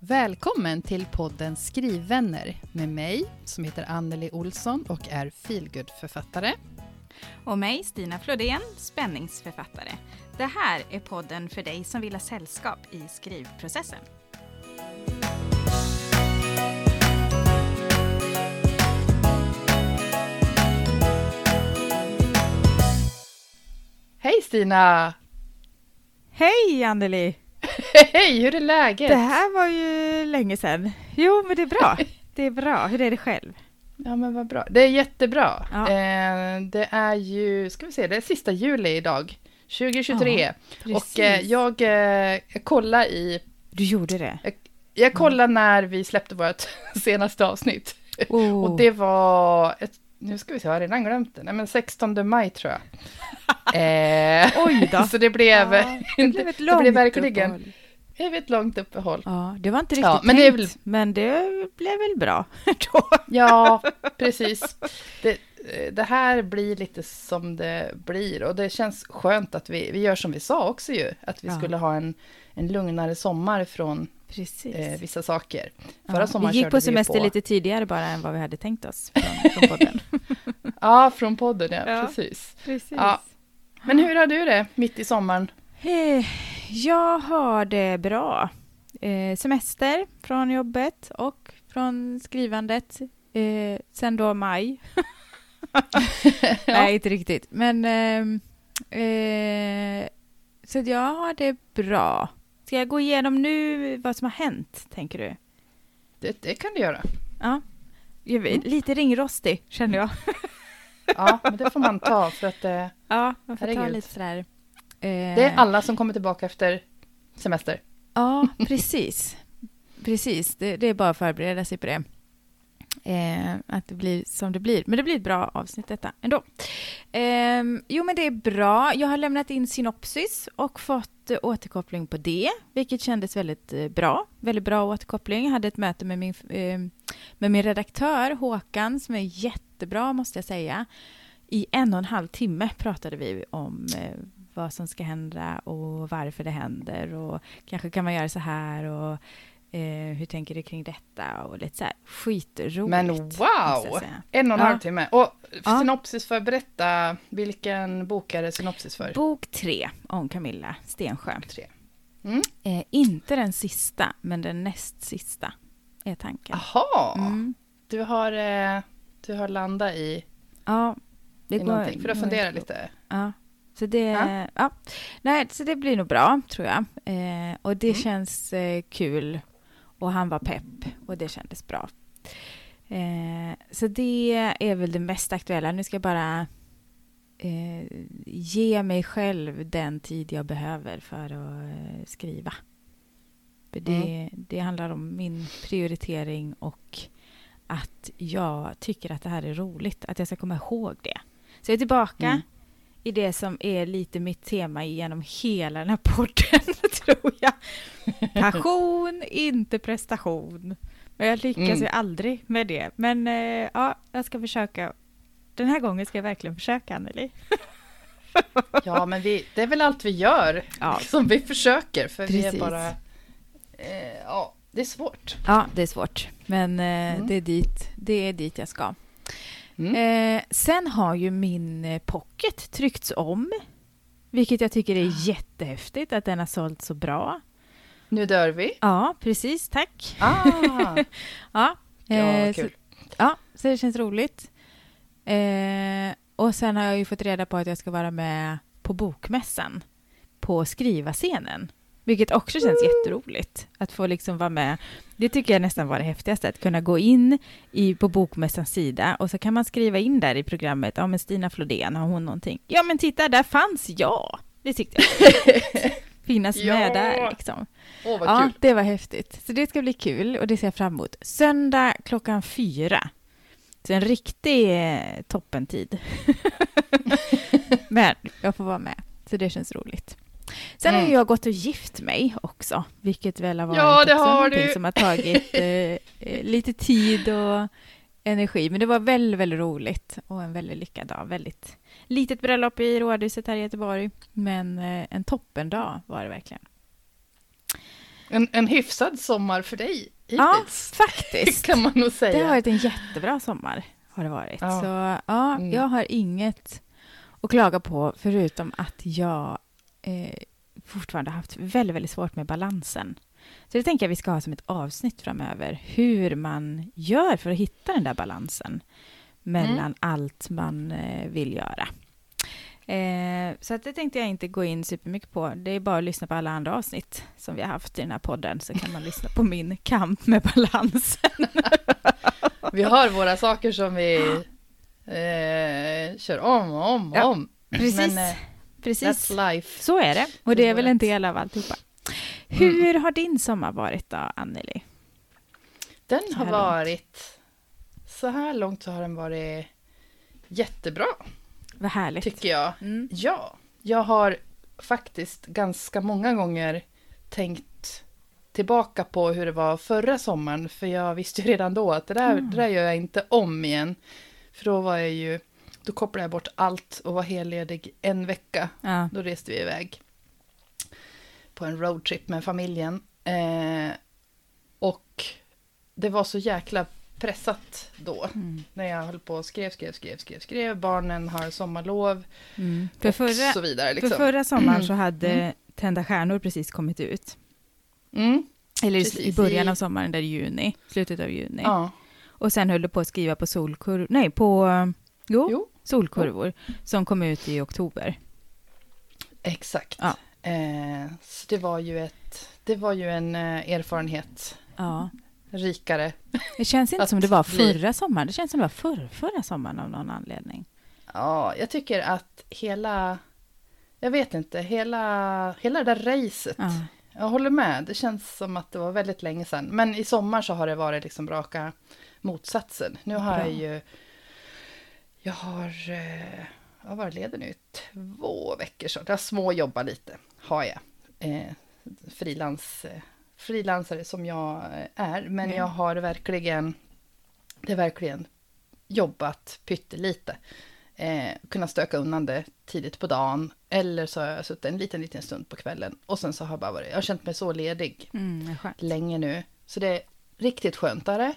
Välkommen till podden Skrivvänner med mig som heter Anneli Olsson och är feelgood-författare. Och mig, Stina Flodén, spänningsförfattare. Det här är podden för dig som vill ha sällskap i skrivprocessen. Hej Stina! Hej Anneli! Hej, hur är läget? Det här var ju länge sedan. Jo, men det är bra. Det är bra. Hur är det själv? Ja, men vad bra. Det är jättebra. Ja. Det är ju, ska vi se, det är sista juli idag. 2023. Ja, och jag kollade i... Du gjorde det? Jag kollade när vi släppte vårt senaste avsnitt. Oh. Och det var... nu ska vi se, jag har redan glömt det. Nej, men 16 maj tror jag. Oj då. Så det blev... Ja, det blev ett långt det blev verkligen uppehåll. ett långt uppehåll. Ja, det var inte riktigt Ja, men tänkt, men det blev väl bra då. Ja, precis. Det här blir lite som det blir. Och det känns skönt att vi gör som vi sa också ju. Att vi skulle ha en lugnare sommar från vissa saker. Förra sommaren vi gick körde på semester lite tidigare bara än vad vi hade tänkt oss från podden. Ja, från podden, ja. Precis. Ja. Men hur har du det mitt i sommaren? Jag har det bra. Semester från jobbet och från skrivandet. Sen då maj. Nej, inte riktigt. Men så jag har det bra. Ska jag gå igenom nu vad som har hänt, tänker du? Det kan du göra. Ja. Lite ringrostig, känner jag. Ja, men det får man ta för att... ja, man får ta lite sådär. Det är alla som kommer tillbaka efter semester. Ja, precis. Precis, det är bara att förbereda sig på det. Att det blir som det blir. Men det blir ett bra avsnitt detta ändå. Jo, men det är bra. Jag har lämnat in synopsis och fått återkoppling på det. Vilket kändes väldigt bra. Väldigt bra återkoppling. Jag hade ett möte med min redaktör Håkan som är jättebra, måste jag säga. I 1,5 timme pratade vi om vad som ska hända och varför det händer. Och kanske kan man göra så här och... hur tänker du kring detta? Och lite så här skitroligt. Men wow! 1,5 timme. Och synopsis för, berätta, vilken bok är det synopsis för? Bok 3 om Camilla Stensjö. 3. Inte den sista, men den näst sista är tanken. Aha! Du har landat i, det i någonting. För att fundera lite. Ja. Så så det blir nog bra, tror jag. Och det känns kul. Och han var pepp. Och det kändes bra. Så det är väl det mest aktuella. Nu ska jag bara ge mig själv den tid jag behöver för att skriva. För det handlar om min prioritering och att jag tycker att det här är roligt. Att jag ska komma ihåg det. Så jag är tillbaka i det som är lite mitt tema genom hela den här podden, tror jag. Passion, inte prestation. Men jag lyckas ju aldrig med det. Men jag ska försöka. Den här gången ska jag verkligen försöka, Anneli. Ja, men det är väl allt vi gör som vi försöker. För precis. Vi är bara... det är svårt. Ja, det är svårt. Men det är dit jag ska. Sen har ju min pocket tryckts om. Vilket jag tycker är jättehäftigt att den har sålt så bra. Nu dör vi. Ja, precis. Tack. Kul. Så det känns roligt. Och sen har jag ju fått reda på att jag ska vara med på bokmässan. På skriva-scenen. Vilket också känns jätteroligt. Att få liksom vara med. Det tycker jag nästan var det häftigaste. Att kunna gå in på bokmässans sida. Och så kan man skriva in där i programmet. Ja, men Stina Flodén, har hon någonting? Ja, men titta, där fanns jag. Det tyckte jag. Finnas med där liksom. Vad kul. Det var häftigt. Så det ska bli kul. Och det ser jag fram emot. Söndag 4:00. Så en riktig toppentid. Men jag får vara med. Så det känns roligt. Sen har jag gått och gift mig också, vilket väl har varit någonting som har tagit lite tid och energi. Men det var väldigt, väldigt roligt och en väldigt lyckad dag. Väldigt litet bröllop i Rådhuset här i Göteborg, men en toppendag var det verkligen. En hyfsad sommar för dig Ja, hittills. faktiskt. Kan man nog säga. Det har varit en jättebra sommar, har det varit. Ja. Så ja, jag har inget att klaga på, förutom att jag fortfarande haft väldigt, väldigt svårt med balansen. Så det tänker jag vi ska ha som ett avsnitt framöver. Hur man gör för att hitta den där balansen mellan allt man vill göra. Så att det tänkte jag inte gå in supermycket på. Det är bara att lyssna på alla andra avsnitt som vi har haft i den här podden, så kan man lyssna på min kamp med balansen. Vi har våra saker som vi kör om och om. Precis. Men Precis. that's life. Så är det. Och det är väl en del av alltihopa. Hur har din sommar varit då, Anneli? Den har varit... Så här långt så har den varit jättebra. Vad härligt. Tycker jag. Ja, jag har faktiskt ganska många gånger tänkt tillbaka på hur det var förra sommaren. För jag visste ju redan då att det där gör jag inte om igen. För då var jag ju... Då kopplade jag bort allt och var helledig en vecka. Ja. Då reste vi iväg på en roadtrip med familjen. Och det var så jäkla pressat då. När jag höll på och skrev. Barnen har sommarlov. Och så vidare. Liksom. För förra sommaren så hade Tända stjärnor precis kommit ut. Eller precis, i början av sommaren, där i juni. Slutet av juni. Ja. Och sen höll du på att skriva på Solkurvor. Som kom ut i oktober. Exakt. Ja. Så det var ju en erfarenhet. Ja. Rikare. Det känns inte som det var förra sommaren. Det känns som det var förra sommaren av någon anledning. Ja, jag tycker att hela det där racet. Ja. Jag håller med. Det känns som att det var väldigt länge sedan. Men i sommar så har det varit liksom raka motsatsen. Nu har jag har varit ledig nu 2 veckor så. Jag småjobbar lite, har jag. Frilansare som jag är. Men jag har verkligen jobbat pyttelite. Kunna stöka undan det tidigt på dagen. Eller så har jag suttit en liten stund på kvällen. Och sen så har jag har känt mig så ledig länge nu. Så det är riktigt skönt är det.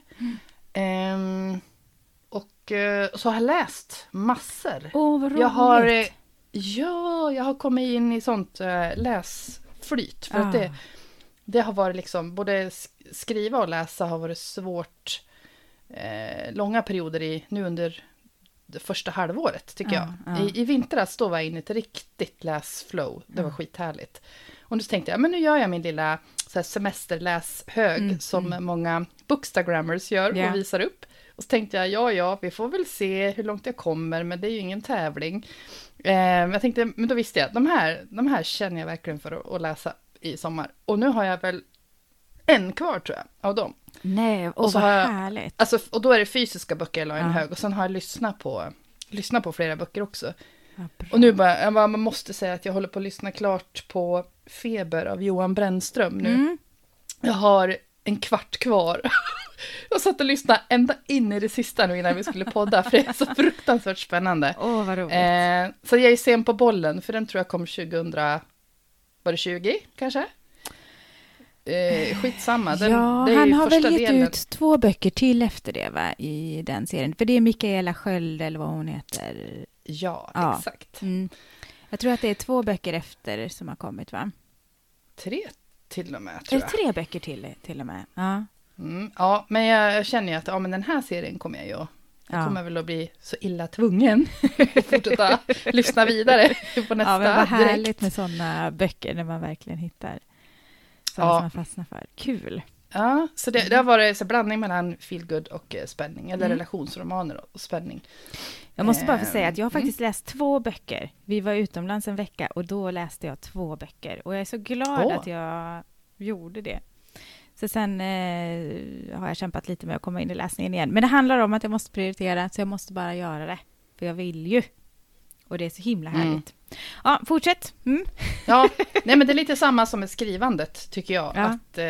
Och så har jag läst massor. Vad roligt. Jag har kommit in i sånt läsflyt. För att det har varit liksom, både skriva och läsa har varit svårt långa perioder nu under det första halvåret tycker jag. I vintras då var jag inne i ett riktigt läsflow. Det var skithärligt. Och nu tänkte jag, men nu gör jag min lilla så här, semesterläshög som många bookstagrammers gör och visar upp. Och så tänkte jag, vi får väl se hur långt jag kommer, men det är ju ingen tävling. Jag tänkte, men då visste jag att de här känner jag verkligen för att läsa i sommar. Och nu har jag väl en kvar tror jag av dem. Nej, och så vad härligt. Alltså, och då är det fysiska böcker jag la en hög. Och sen har jag lyssnat på flera böcker också. Och nu man måste säga att jag håller på att lyssna klart på Feber av Johan Brännström nu. Jag har en kvart kvar. Jag satt och lyssnade ända in i det sista nu innan vi skulle podda. För det är så fruktansvärt spännande. Vad roligt. Så jag är sen på bollen. För den tror jag kom 2020 kanske? Skitsamma. Det är han ju har första väl gett delen. ut 2 böcker till efter det va? I den serien. För det är Mikaela Sköld eller vad hon heter. Ja, exakt. Jag tror att det är 2 böcker efter som har kommit va? 3 till och med tror jag. 3 böcker till och med. Ja. Ja, men jag känner ju att men den här serien kommer jag ju. Jag kommer väl att bli så illa tvungen att fortsätta lyssna vidare på nästa. Ja, men vad härligt direkt. med sådana böcker när man verkligen hittar sådana som man fastnar för. Kul. Ja, så det har varit så blandning mellan feelgood och spänning. Eller relationsromaner och spänning. Jag måste bara få säga att jag har faktiskt läst 2 böcker. Vi var utomlands en vecka och då läste jag 2 böcker. Och jag är så glad att jag gjorde det. Så sen har jag kämpat lite med att komma in i läsningen igen. Men det handlar om att jag måste prioritera, så jag måste bara göra det. För jag vill ju. Och det är så himla härligt. Ja, fortsätt. Ja, nej men det är lite samma som med skrivandet, tycker jag. Ja. Att,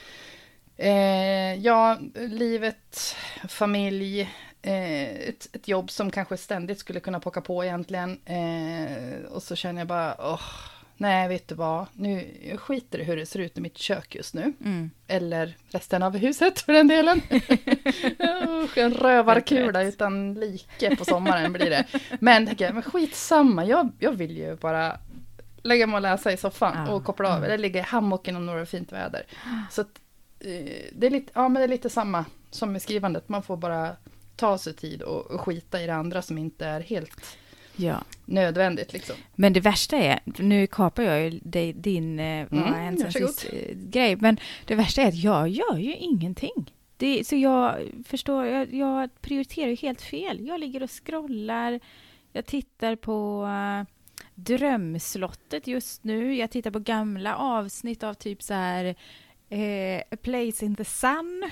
livet, familj, ett jobb som kanske ständigt skulle kunna pocka på egentligen. Och så känner jag bara, nej vet du vad, nu jag skiter i hur det ser ut i mitt kök just nu. Eller resten av huset för den delen. En rövarkula utan like på sommaren blir det. Men tänker jag, men skitsamma, jag vill ju bara lägga mig och läsa i soffan och koppla av. Eller ligga i hammocken om några fint väder. Så att, det är lite, men det är lite samma som med skrivandet. Man får bara ta sig tid och skita i det andra som inte är helt nödvändigt. Liksom. Men det värsta är, nu kapar jag ju din grej, men det värsta är att jag gör ju ingenting. Så jag förstår, jag prioriterar ju helt fel. Jag ligger och scrollar, jag tittar på Drömslottet just nu. Jag tittar på gamla avsnitt av typ så här A Place in the Sun.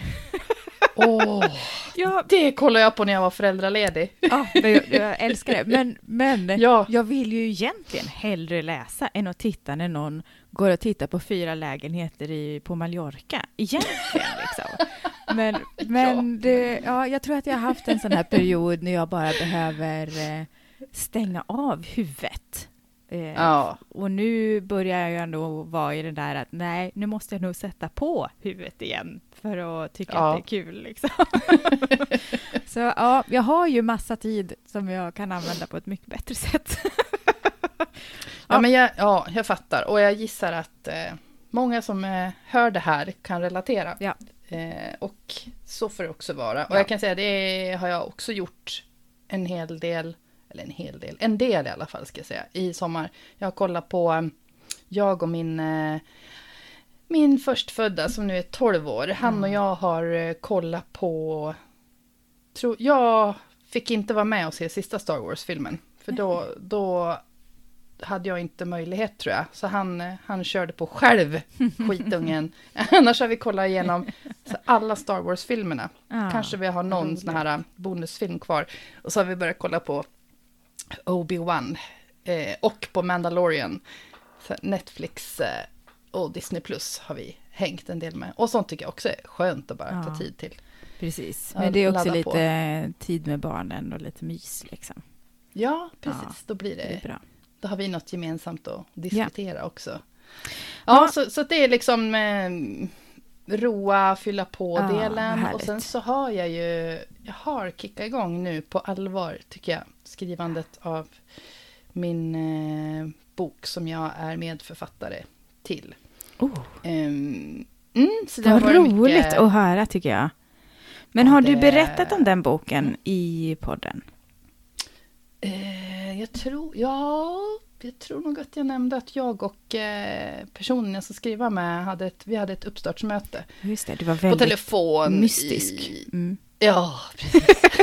Det kollar jag på när jag var föräldraledig. Ja, jag älskar det. Men jag vill ju egentligen hellre läsa än att titta när någon går och tittar på 4 lägenheter på Mallorca. Egentligen liksom. Men jag tror att jag har haft en sån här period när jag bara behöver stänga av huvudet. Och nu börjar jag ändå vara i det där att nej, nu måste jag nog sätta på huvudet igen för att tycka att det är kul. Liksom. Så jag har ju massa tid som jag kan använda på ett mycket bättre sätt. Men jag fattar. Och jag gissar att många som hör det här kan relatera. Ja. Och så får det också vara. Och jag kan säga, det har jag också gjort en del i alla fall ska jag säga, i sommar. Jag har kollat på, jag och min förstfödda som nu är 12 år, han och jag har kollat på, jag fick inte vara med och se sista Star Wars-filmen, för då hade jag inte möjlighet tror jag, så han körde på själv, skitungen. Annars har vi kollat igenom alla Star Wars-filmerna. Kanske vi har någon sån här bonusfilm kvar, och så har vi börjat kolla på Obi-Wan och på Mandalorian. Så Netflix och Disney Plus har vi hängt en del med. Och sånt tycker jag också är skönt att bara ta tid till. Precis, men det är också lite tid med barnen och lite mys liksom. Ja, precis. Då blir det bra. Då har vi något gemensamt att diskutera också. Så det är liksom roa, fylla på delen. Och sen så har jag har kickat igång nu på allvar tycker jag. Skrivandet av min bok som jag är medförfattare till. Så det var roligt att höra tycker jag. Men har du berättat om den boken i podden? Jag tror nog att jag nämnde att jag och personen jag ska skriva med vi hade ett uppstartsmöte. Just det, du var väldigt på telefon. Mystisk. Ja, precis.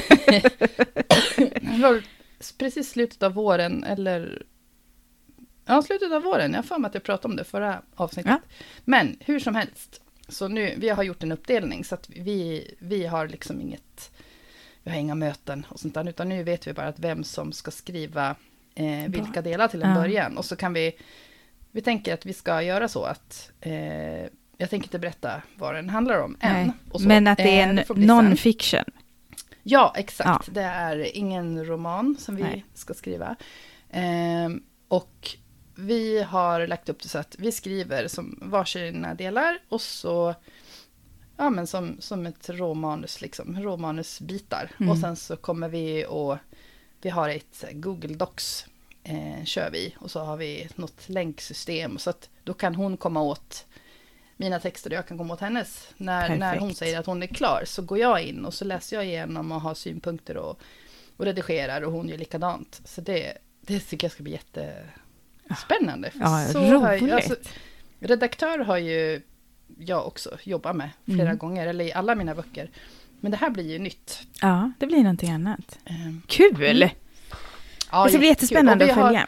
Det var precis slutet av våren slutet av våren. Jag har för mig att jag pratade om det förra avsnittet. Ja. Men hur som helst. Så nu, vi har gjort en uppdelning så att vi har liksom vi har inga möten och sånt där, utan nu vet vi bara att vem som ska skriva vilka delar till en början. Och så kan vi tänker att vi ska göra så att jag tänker inte berätta vad den handlar om än. Och så. Men att det är en non-fiction. Ja, exakt. Ja. Det är ingen roman som vi ska skriva. Och vi har lagt upp det så att vi skriver som varsina delar och så men som ett råmanus liksom, råmanusbitar. Och sen så kommer vi har ett Google Docs kör vi, och så har vi något länksystem så att då kan hon komma åt mina texter och jag kan komma åt hennes. När hon säger att hon är klar så går jag in och så läser jag igenom och har synpunkter och redigerar, och hon gör likadant. Så det tycker jag ska bli jättespännande. Ja, roligt. Redaktör har ju jag också jobbat med flera gånger, eller i alla mina böcker. Men det här blir ju nytt. Ja, det blir någonting annat. Kul! Ja, det ska bli jättespännande att följa.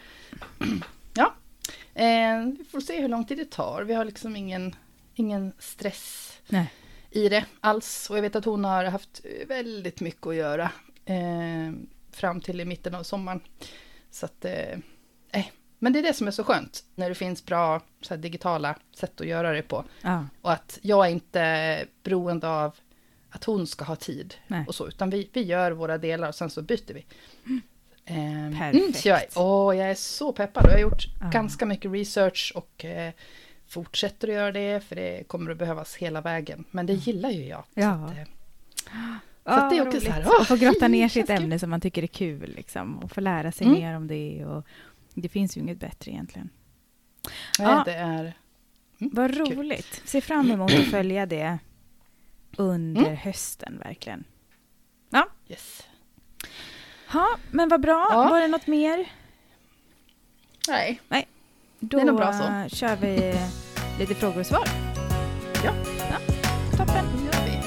Vi får se hur lång tid det tar. Vi har liksom ingen stress i det alls. Och jag vet att hon har haft väldigt mycket att göra fram till i mitten av sommaren. Så att, men det är det som är så skönt. När det finns bra så här, digitala sätt att göra det på. Och att jag är inte beroende av att hon ska ha tid. Och så, utan vi gör våra delar och sen så byter vi. Perfekt. Så jag är så peppad. Jag har gjort ganska mycket research och fortsätter att göra det, för det kommer att behövas hela vägen. Men det gillar ju jag. Ja. Så att det är också så här, och få grotta ner sitt ämne som man tycker är kul liksom, och få lära sig mer om det, och det finns ju inget bättre egentligen. Nej, det är vad roligt. Kul. Se fram emot att följa det under hösten verkligen. Ja. Yes. Ja, men vad bra. Ja. Var det något mer? Nej. Då det är nog bra så. Kör vi lite frågor och svar. Ja. Toppen. Det gör vi.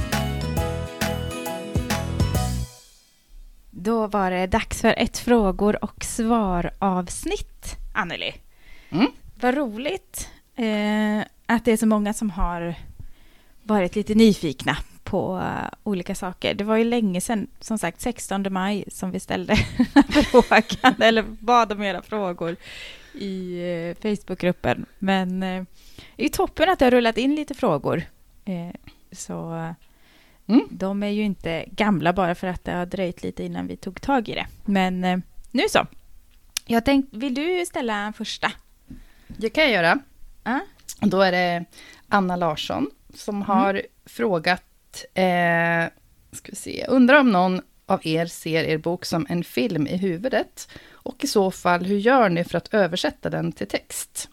Då var det dags för ett frågor och svar avsnitt, Anneli. Vad roligt att det är så många som har varit lite nyfikna på olika saker. Det var ju länge sedan, som sagt 16 maj, som vi ställde frågan eller bad om era frågor i Facebookgruppen. Men det är ju toppen att det har rullat in lite frågor. Så de är ju inte gamla bara för att det har dröjt lite innan vi tog tag i det. Men nu så. Jag tänkte, vill du ställa första? Det kan jag göra. Då är det Anna Larsson som har frågat, ska vi se, undrar om någon av er ser er bok som en film i huvudet, och i så fall, hur gör ni för att översätta den till text?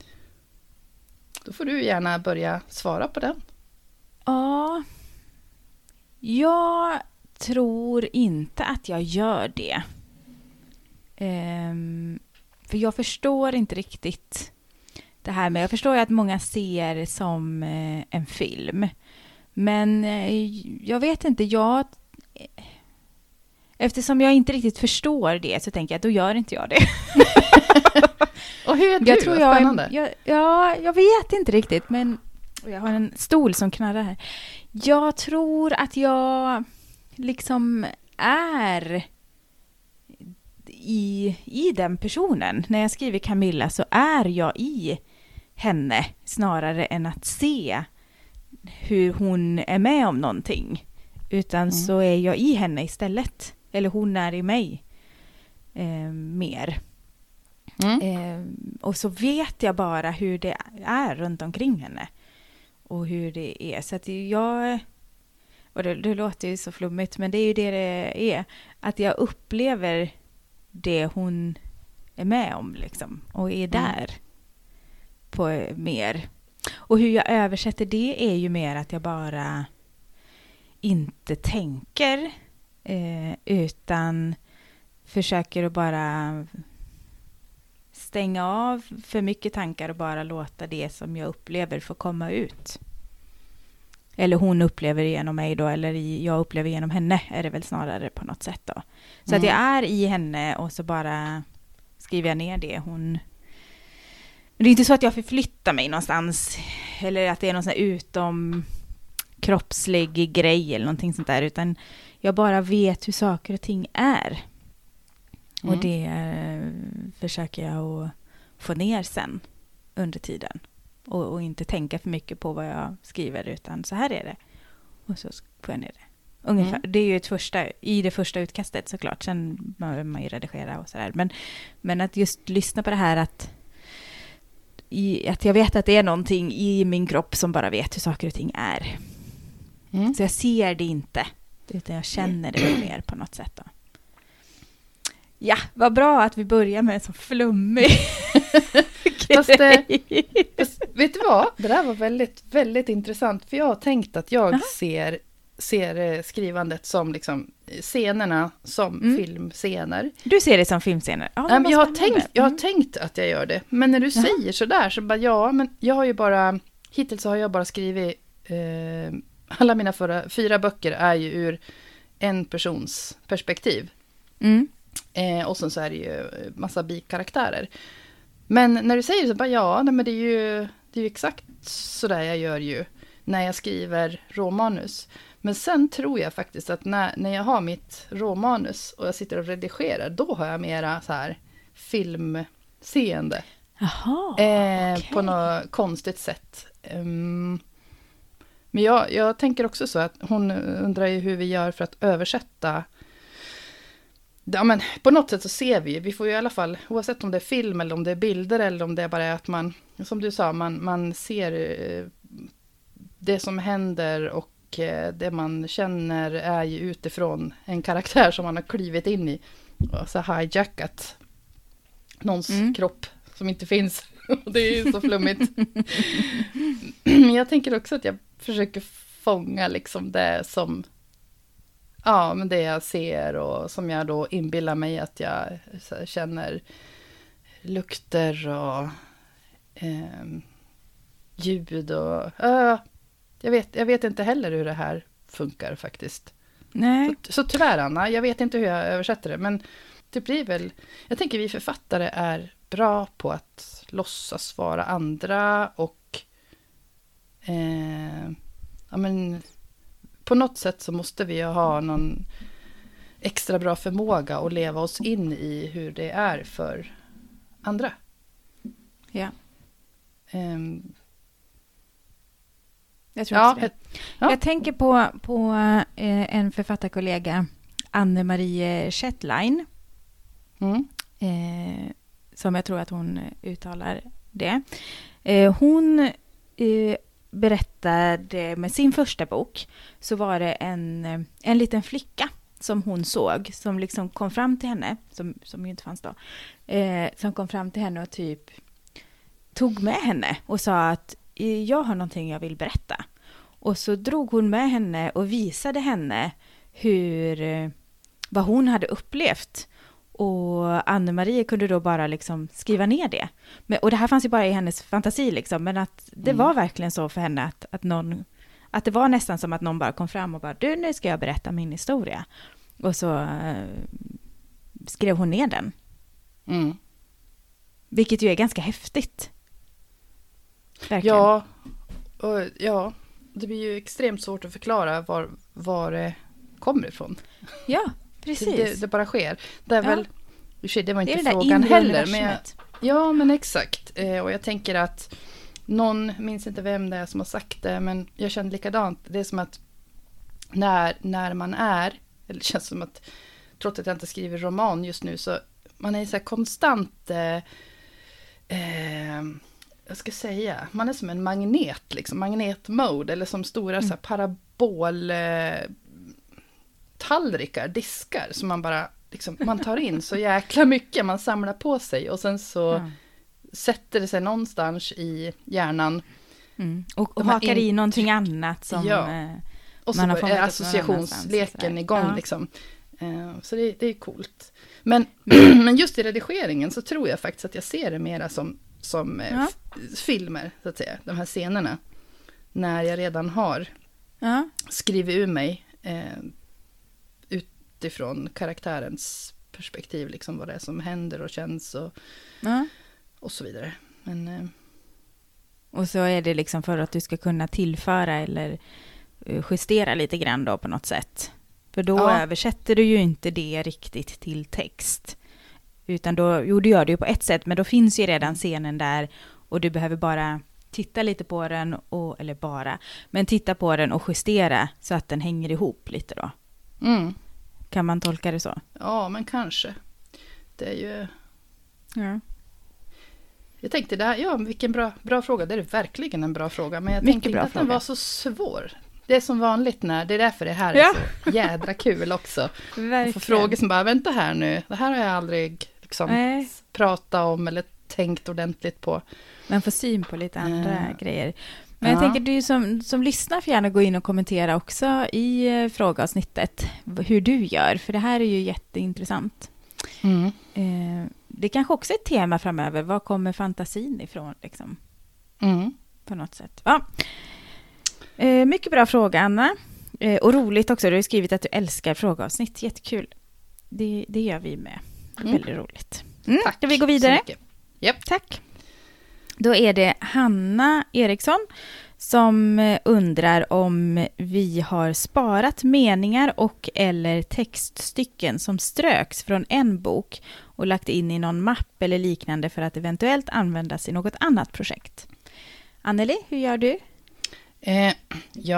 Då får du gärna börja svara på den. Ja, jag tror inte att jag gör det. För jag förstår inte riktigt det här med, jag förstår ju att många ser det som en film. Men jag vet inte, eftersom jag inte riktigt förstår det, så tänker jag att då gör inte jag det. Och hur är du? Tror spännande. Jag vet inte riktigt, men jag har en stol som knarrar här. Jag tror att jag liksom är i den personen. När jag skriver Camilla så är jag i henne snarare än att se hur hon är med om någonting. Utan så är jag i henne istället. Eller hon är i mig mer. Och så vet jag bara hur det är runt omkring henne. Och hur det är. Så att och det låter ju så flummigt, men det är ju det är. Att jag upplever det hon är med om liksom. Och är där på mer. Och hur jag översätter det är ju mer att jag bara inte tänker utan försöker att bara stänga av för mycket tankar och bara låta det som jag upplever få komma ut. Eller hon upplever genom mig då, eller jag upplever genom henne, är det väl snarare på något sätt då. Så att jag är i henne och så bara skriver jag ner det hon. Men det är inte så att jag förflyttar mig någonstans eller att det är någon sån här utom kroppslig grej eller någonting sånt där, utan jag bara vet hur saker och ting är. Och det försöker jag att få ner sen under tiden. Och inte tänka för mycket på vad jag skriver, utan så här är det. Och så får jag ner det. Ungefär. Det är ju i det första utkastet såklart. Sen behöver man ju redigera och sådär. Men att just lyssna på det här att jag vet att det är någonting i min kropp som bara vet hur saker och ting är. Så jag ser det inte, utan jag känner det mer på något sätt då. Ja, vad bra att vi börjar med en så flummig fast vet du vad? Det där var väldigt, väldigt intressant. För jag har tänkt att jag ser skrivandet som liksom scenerna som filmscener. Du ser det som filmscener? Ja, men jag har tänkt att jag gör det. Men när du säger sådär så bara, men jag har ju bara, hittills har jag bara skrivit, alla mina 4 böcker är ju ur en persons perspektiv. Och sen så är det ju massa bikaraktärer. Men när du säger det så bara, men det är ju exakt så där jag gör ju när jag skriver råmanus. Men sen tror jag faktiskt att när jag har mitt råmanus och jag sitter och redigerar, då har jag mera så här filmseende. Jaha, okay. På något konstigt sätt. Men jag tänker också så att hon undrar ju hur vi gör för att översätta Ja, men på något sätt så ser vi får ju i alla fall, oavsett om det är film eller om det är bilder eller om det är bara att man, som du sa, man ser det som händer och det man känner är ju utifrån en karaktär som man har klivit in i. Och så hijackat någons kropp som inte finns. Det är ju så flummigt. Men jag tänker också att jag försöker fånga liksom det som, ja, men det jag ser och som jag då inbillar mig att jag känner lukter och ljud och jag vet inte heller hur det här funkar faktiskt. Nej. Så tyvärr, Anna, jag vet inte hur jag översätter det, men det blir väl, jag tänker vi författare är bra på att låtsas vara andra och ja, men på något sätt så måste vi ju ha någon extra bra förmåga att leva oss in i hur det är för andra. Ja. Jag tror Ja, också det. Jag tänker på en författarkollega, Anne-Marie Schettlein, som jag tror att hon uttalar det. Hon berättade med sin första bok, så var det en liten flicka som hon såg, som liksom kom fram till henne, som ju inte fanns då, som kom fram till henne och typ tog med henne och sa att jag har någonting jag vill berätta. Och så drog hon med henne och visade henne vad hon hade upplevt. Och Anne-Marie kunde då bara liksom skriva ner det. Och det här fanns ju bara i hennes fantasi liksom, men att det var verkligen så för henne att det var nästan som att någon bara kom fram och bara, du, nu ska jag berätta min historia. Och så skrev hon ner den. Vilket ju är ganska häftigt. Verkligen. Ja, det blir ju extremt svårt att förklara var det kommer ifrån. Ja, precis. Det bara sker. Det är väl, det var inte det frågan heller. Men men exakt. Och jag tänker att någon, minns inte vem det är som har sagt det, men jag känner likadant. Det är som att när man är, eller det känns som att, trots att jag inte skriver roman just nu, så man är så här konstant, jag ska säga, man är som en magnet, liksom, magnetmode, eller som stora så här parabol tallrikar, diskar, som man bara liksom, man tar in så jäkla mycket, man samlar på sig och sen så sätter det sig någonstans i hjärnan. Och hakar i någonting annat som och så är associationsleken igång liksom. Så det är coolt. Men just i redigeringen så tror jag faktiskt att jag ser det mera som filmer, så att säga, de här scenerna. När jag redan har skrivit ur mig utifrån karaktärens perspektiv, liksom vad det är som händer och känns och så vidare. Men, och så är det liksom för att du ska kunna tillföra eller justera lite grann då på något sätt. För då översätter du ju inte det riktigt till text. Utan då, du gör det ju på ett sätt, men då finns ju redan scenen där och du behöver bara titta lite på den, men titta på den och justera så att den hänger ihop lite då. Kan man tolka det så? Ja, men kanske. Det är ju... Ja. Jag tänkte, det här, vilken bra fråga. Det är verkligen en bra fråga, men jag tänkte inte att den var så svår. Det är som vanligt det är därför det här är så jädra kul också. Att få frågor som bara, vänta här nu, det här har jag aldrig liksom pratat om eller tänkt ordentligt på. Man får syn på lite andra grejer. Men jag tänker, du som lyssnar får gärna gå in och kommentera också i frågeavsnittet hur du gör, för det här är ju jätteintressant. Det kanske också är ett tema framöver. Var kommer fantasin ifrån liksom? På något sätt. Ja. Mycket bra fråga, Anna. Och roligt också, du har skrivit att du älskar frågeavsnitt. Jättekul. Det gör vi med. Väldigt roligt. Tack. Ska vi gå vidare? Yep. Tack. Då är det Hanna Eriksson som undrar om vi har sparat meningar och eller textstycken som ströks från en bok och lagt in i någon mapp eller liknande för att eventuellt användas i något annat projekt. Anneli, hur gör du?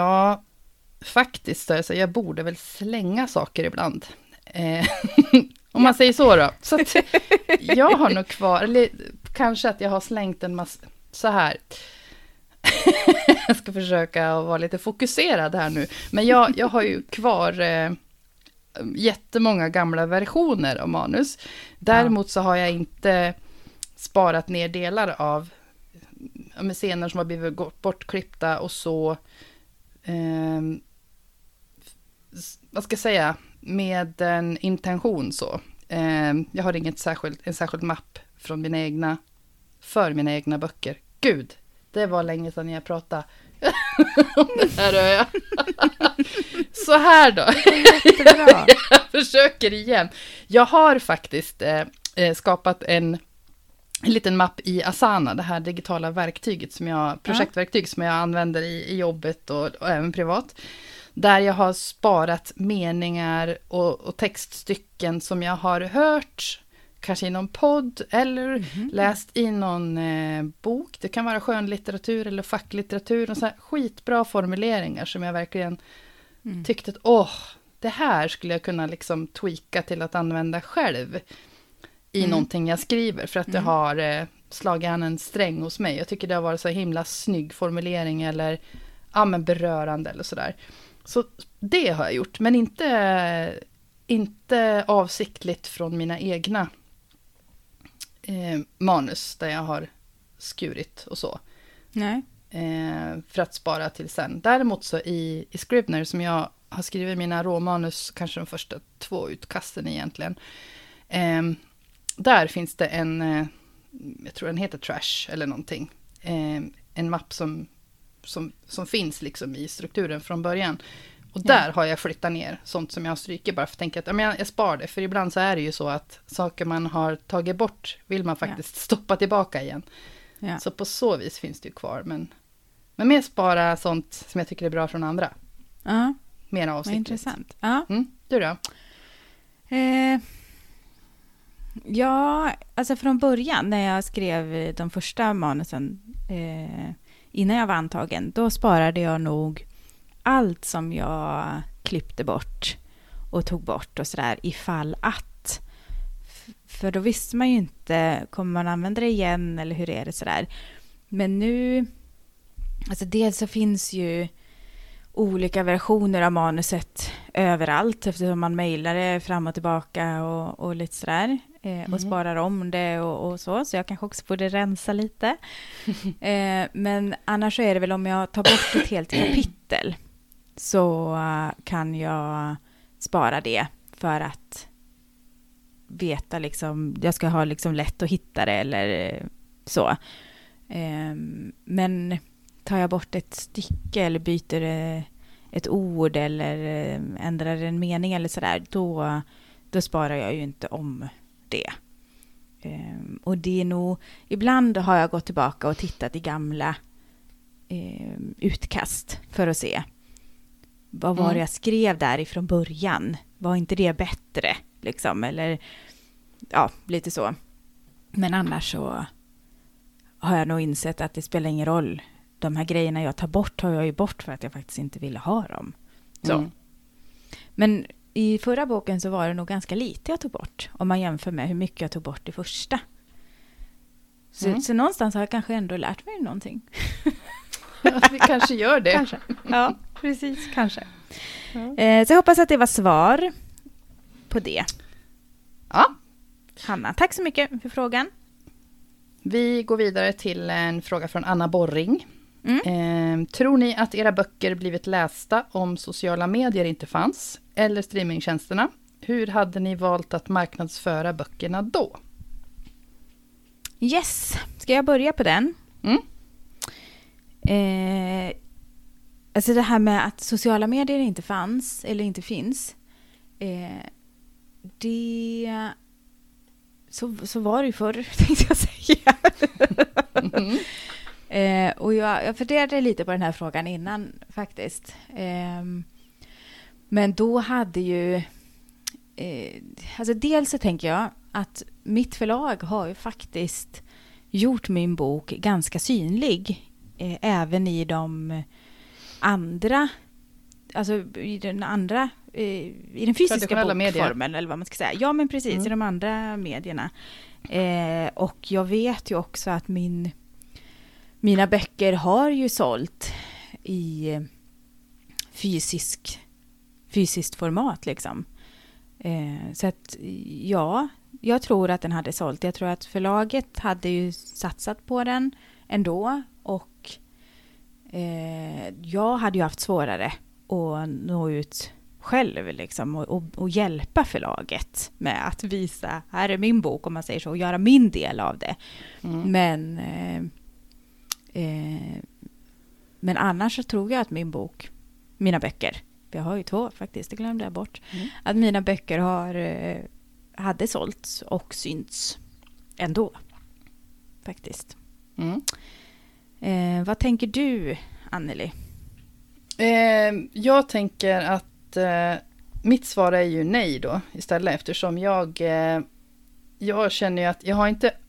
Faktiskt så jag borde väl slänga saker ibland. Om man säger så då. Så att jag har nog kvar, eller kanske att jag har slängt en massa, så här. Jag ska försöka vara lite fokuserad här nu. Men jag har ju kvar jättemånga gamla versioner av manus. Däremot så har jag inte sparat ner delar av scener som har blivit bortklippta och så vad ska jag säga, med en intention så. Jag har en särskild mapp från för mina egna böcker. Gud, det var länge sedan jag pratade om det här. Jag. Så här då. Jag försöker igen. Jag har faktiskt skapat en liten mapp i Asana, det här digitala verktyget projektverktyg som jag använder i jobbet och även privat. Där jag har sparat meningar och textstycken som jag har hört, kanske i någon podd eller läst i någon bok. Det kan vara skönlitteratur eller facklitteratur. Och så här skitbra formuleringar som jag verkligen tyckte att det här skulle jag kunna liksom tweaka till att använda själv i någonting jag skriver. För att det har slagit an en sträng hos mig. Jag tycker det har varit så himla snygg formulering eller berörande eller sådär. Så det har jag gjort, men inte avsiktligt från mina egna manus där jag har skurit och så. Nej. För att spara till sen. Däremot så i Scrivener som jag har skrivit mina råmanus, kanske de första 2 utkasten egentligen. Där finns det jag tror den heter Trash eller någonting. En mapp som finns liksom i strukturen från början. Och där har jag flyttat ner sånt som jag stryker bara för att tänka att jag spar det. För ibland så är det ju så att saker man har tagit bort vill man faktiskt stoppa tillbaka igen. Ja. Så på så vis finns det ju kvar. Men mer spara sånt som jag tycker är bra från andra. Ja. Mer avsiktligt. Intressant. Ja. Du då? Ja, alltså från början när jag skrev de första manusen innan jag var antagen, då sparade jag nog allt som jag klippte bort och tog bort och sådär ifall att. För då visste man ju inte, kommer man använda det igen eller hur är det sådär. Men nu, alltså dels så finns ju olika versioner av manuset överallt eftersom man mejlar det fram och tillbaka och lite sådär. Och sparar om det och så. Så jag kanske också borde rensa lite. Men annars så är det väl om jag tar bort ett helt kapitel så kan jag spara det för att veta liksom, jag ska ha liksom lätt att hitta det eller så. Men tar jag bort ett stycke eller byter ett ord eller ändrar en mening eller sådär, då sparar jag ju inte om det. Och det är nog, ibland har jag gått tillbaka och tittat i gamla utkast för att se vad var det jag skrev där ifrån början. Var inte det bättre liksom, eller ja, lite så. Men annars så har jag nog insett att det spelar ingen roll. De här grejerna jag tar bort har jag ju bort för att jag faktiskt inte ville ha dem. Så. Men i förra boken så var det nog ganska lite jag tog bort. Om man jämför med hur mycket jag tog bort i första. Så någonstans har jag kanske ändå lärt mig någonting. Vi kanske gör det. Kanske. Ja, precis. Kanske. Ja. Så jag hoppas att det var svar på det. Ja. Hanna, tack så mycket för frågan. Vi går vidare till en fråga från Anna Borring. Tror ni att era böcker blivit lästa om sociala medier inte fanns? Eller streamingtjänsterna? Hur hade ni valt att marknadsföra böckerna då? Yes, ska jag börja på den? Alltså det här med att sociala medier inte fanns eller inte finns. Det... Så var det ju förr, tänkte jag säga. Och jag funderade lite på den här frågan innan faktiskt. Men då hade ju... alltså dels så tänker jag att mitt förlag har ju faktiskt gjort min bok ganska synlig. Även i de andra... Alltså i den andra i den fysiska bokformen medier. eller vad man ska säga. Ja, men precis, i de andra medierna. Och jag vet ju också att mina böcker har ju sålt i fysiskt format liksom. Så att ja, jag tror att den hade sålt. Jag tror att förlaget hade ju satsat på den ändå, och jag hade ju haft svårare att nå ut själv liksom, och hjälpa förlaget med att visa, här är min bok om man säger så, och göra min del av det. Men annars så tror jag att mina böcker, jag har ju 2 faktiskt, det glömde jag bort, att mina böcker hade sålts och synts ändå faktiskt. Vad tänker du, Anneli? Jag tänker att mitt svar är ju nej då istället, eftersom jag känner ju att jag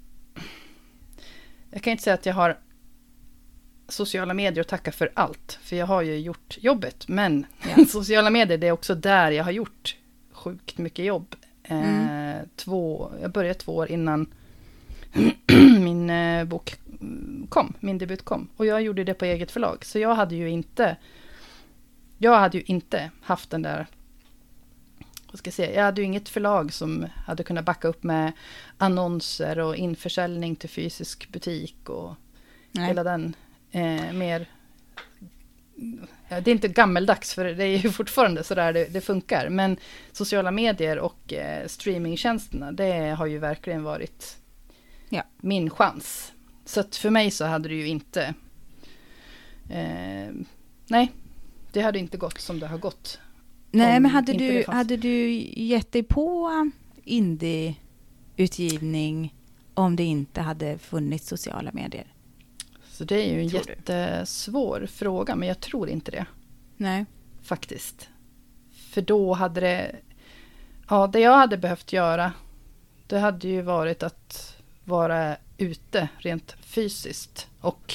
kan inte säga att jag har sociala medier att tacka för allt, för jag har ju gjort jobbet, men sociala medier, det är också där jag har gjort sjukt mycket jobb. Jag började 2 år innan min bok min debut kom, och jag gjorde det på eget förlag, så jag hade ju inte haft den där, vad ska jag säga, jag hade ju inget förlag som hade kunnat backa upp med annonser och införsäljning till fysisk butik och hela den mer, det är inte gammeldags, för det är ju fortfarande så där det funkar, men sociala medier och streamingtjänsterna, det har ju verkligen varit min chans. Så att för mig så hade det ju inte nej, det hade inte gått som det har gått. Nej, men hade du gett dig på indie-utgivning om det inte hade funnits sociala medier? Så det är ju en jättesvår fråga, men jag tror inte det. Nej. Faktiskt. För då hade det jag hade behövt göra, det hade ju varit att vara ute rent fysiskt och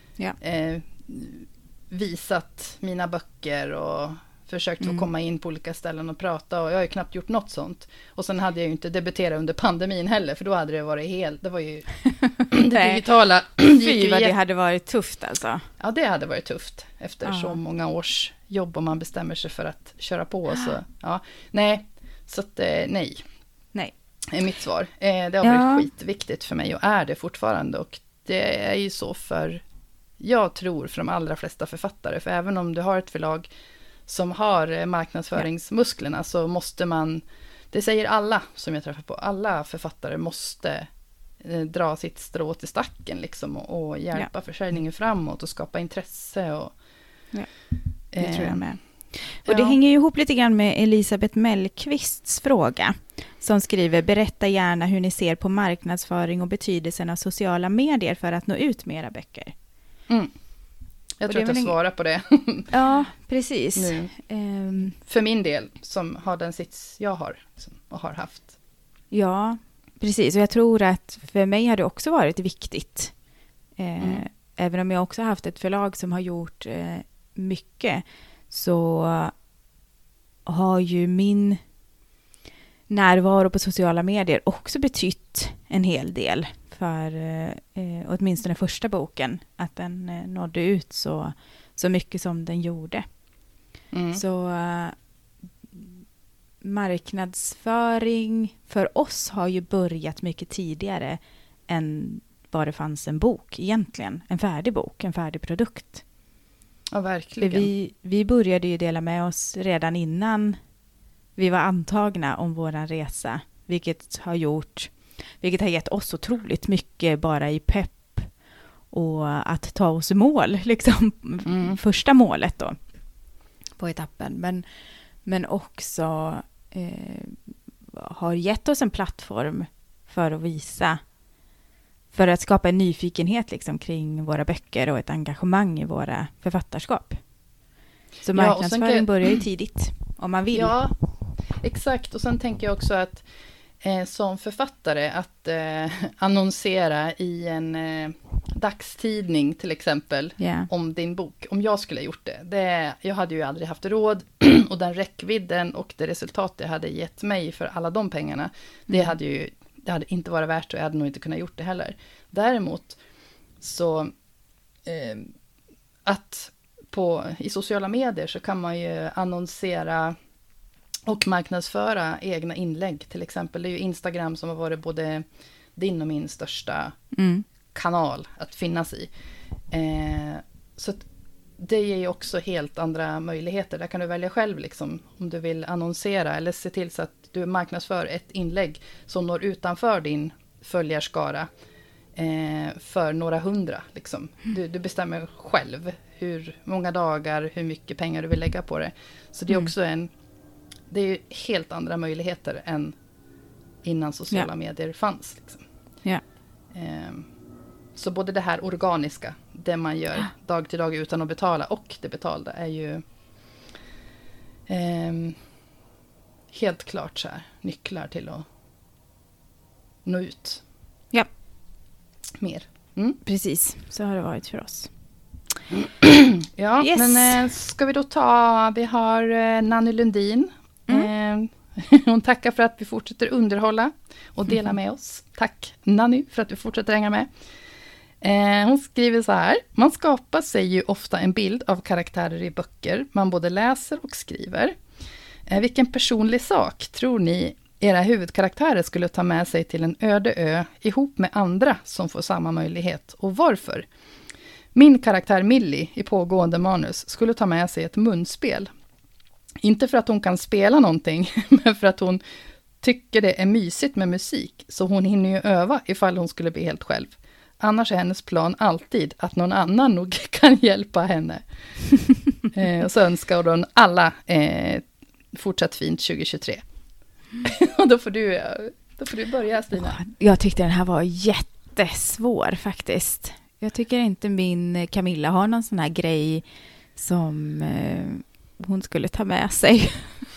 visat mina böcker och försökt få komma in på olika ställen och prata, och jag har ju knappt gjort något sånt. Och sen hade jag ju inte debuterat under pandemin heller, för då hade det varit det var ju det digitala. Det hade varit tufft alltså. Ja, det hade varit tufft efter så många års jobb, om man bestämmer sig för att köra på. Så, nej, så att nej. Är mitt svar. Det har varit skitviktigt för mig och är det fortfarande, och det är ju så jag tror för de allra flesta författare, för även om du har ett förlag som har marknadsföringsmusklerna, så måste man, det säger alla som jag träffar på, alla författare måste dra sitt strå till stacken liksom, och hjälpa försäljningen framåt och skapa intresse. Och, det tror jag med. Och det hänger ju ihop lite grann med Elisabeth Mellqvists fråga, som skriver: berätta gärna hur ni ser på marknadsföring och betydelsen av sociala medier för att nå ut med era böcker. Jag tror att jag svarar på det. Ja, precis. För min del, som har den sits jag har och har haft. Ja, precis. Och jag tror att för mig har det också varit viktigt. Även om jag också har haft ett förlag som har gjort mycket, så har ju min närvaro på sociala medier också betytt en hel del för åtminstone första boken, att den nådde ut så mycket som den gjorde. Så marknadsföring för oss har ju börjat mycket tidigare än bara det fanns en bok egentligen, en färdig bok, en färdig produkt. Ja, verkligen. Vi började ju dela med oss redan innan vi var antagna om våran resa, vilket har gett oss otroligt mycket bara i pepp och att ta oss i mål, liksom första målet då på etappen, men också har gett oss en plattform för att visa, för att skapa en nyfikenhet liksom kring våra böcker och ett engagemang i våra författarskap. Så marknadsföring börjar ju tidigt om man vill. Ja, exakt. Och sen tänker jag också att som författare att annonsera i en dagstidning till exempel om din bok. Om jag skulle ha gjort det. Jag hade ju aldrig haft råd och den räckvidden och det resultat det hade gett mig för alla de pengarna. Det hade inte varit värt och jag hade nog inte kunnat gjort det heller. Däremot så i sociala medier så kan man ju annonsera och marknadsföra egna inlägg till exempel. Det är ju Instagram som har varit både din och min största kanal att finnas i. Så att det ger ju också helt andra möjligheter. Där kan du välja själv liksom, om du vill annonsera eller se till så att du marknadsför ett inlägg som når utanför din följarskara för några hundra. Liksom. Du bestämmer själv hur många dagar, hur mycket pengar du vill lägga på det. Så det är också det är helt andra möjligheter än innan sociala medier fanns. Liksom. Ja. Så både det här organiska, det man gör dag till dag utan att betala, och det betalda är ju helt klart så här, nycklar till att nå ut. Ja. Mer. Precis, så har det varit för oss. Ja, yes. Men ska vi då vi har Nanny Lundin. Hon tackar för att vi fortsätter underhålla och dela med oss. Tack Nanny för att du fortsätter hänga med. Hon skriver så här: man skapar sig ju ofta en bild av karaktärer i böcker man både läser och skriver. Vilken personlig sak tror ni era huvudkaraktärer skulle ta med sig till en öde ö ihop med andra som får samma möjlighet, och varför? Min karaktär Millie i pågående manus skulle ta med sig ett munspel. Inte för att hon kan spela någonting, men för att hon tycker det är mysigt med musik, så hon hinner ju öva ifall hon skulle bli helt själv. Annars är hennes plan alltid att någon annan nog kan hjälpa henne. Och så önskar hon alla fortsatt fint 2023. Och då får du börja, Stina. Jag tyckte den här var jättesvår faktiskt. Jag tycker inte min Camilla har någon sån här grej som hon skulle ta med sig.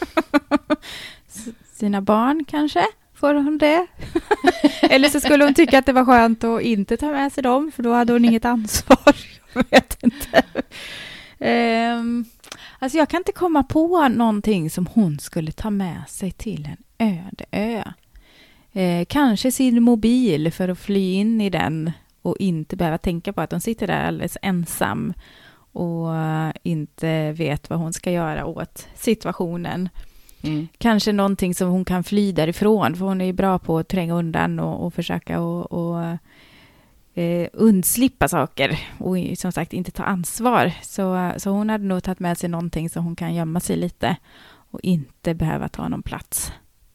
Sina barn kanske? Får hon det? Eller så skulle hon tycka att det var skönt att inte ta med sig dem, för då hade hon inget ansvar. Jag vet inte. Alltså jag kan inte komma på någonting som hon skulle ta med sig till en öde ö. Kanske sin mobil för att fly in i den och inte behöva tänka på att hon sitter där alldeles ensam och inte vet vad hon ska göra åt situationen. Kanske någonting som hon kan fly därifrån, för hon är ju bra på att tränga undan och försöka och undslippa saker och som sagt inte ta ansvar. Så hon hade nog tagit med sig någonting så hon kan gömma sig lite och inte behöva ta någon plats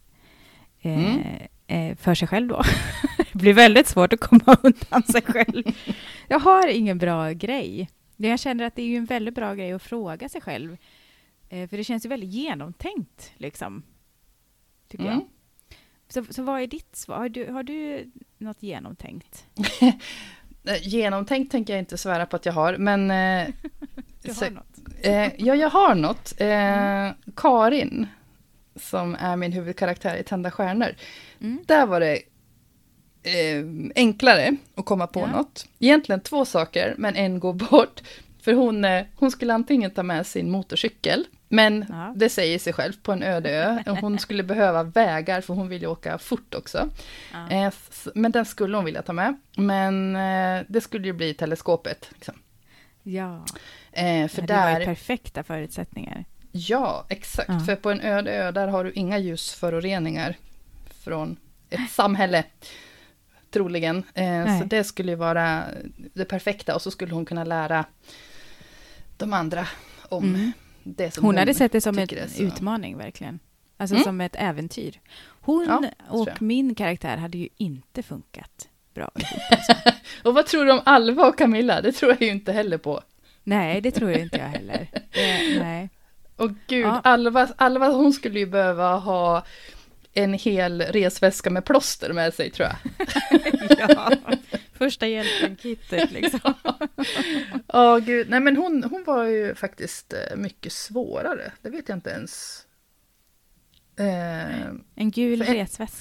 för sig själv då. Det blir väldigt svårt att komma undan sig själv. Jag har ingen bra grej. Jag känner att det är ju en väldigt bra grej att fråga sig själv. För det känns ju väldigt genomtänkt, liksom. Tycker jag. Så vad är ditt svar? Har du något genomtänkt? Genomtänkt tänker jag inte svära på att jag har, men... Du har något? Ja, jag har något. Karin, som är min huvudkaraktär i Tända stjärnor. Där var det enklare att komma på något. Egentligen 2 saker, men en går bort. För hon skulle antingen ta med sin motorcykel, men det säger sig själv på en öde ö. Hon skulle behöva vägar, för hon vill ju åka fort också. Men den skulle hon vilja ta med. Men det skulle ju bli teleskopet. Liksom. Ja, för det var ju perfekta förutsättningar. Ja, exakt. För på en öde ö, där har du inga ljusföroreningar från ett samhälle. Troligen. Så det skulle ju vara det perfekta. Och så skulle hon kunna lära de andra om det som hon hade sett det som en utmaning, verkligen. Alltså som ett äventyr. Hon och min karaktär hade ju inte funkat bra ihop. Alltså. Och vad tror du om Alva och Camilla? Det tror jag ju inte heller på. Nej, det tror jag inte jag heller. Nej. Och gud, Alva, hon skulle ju behöva ha en hel resväska med plåster med sig, tror jag. Ja, första hjälpen-kittet liksom. Gud. Nej, men hon var ju faktiskt mycket svårare. Det vet jag inte ens. En gul resväska.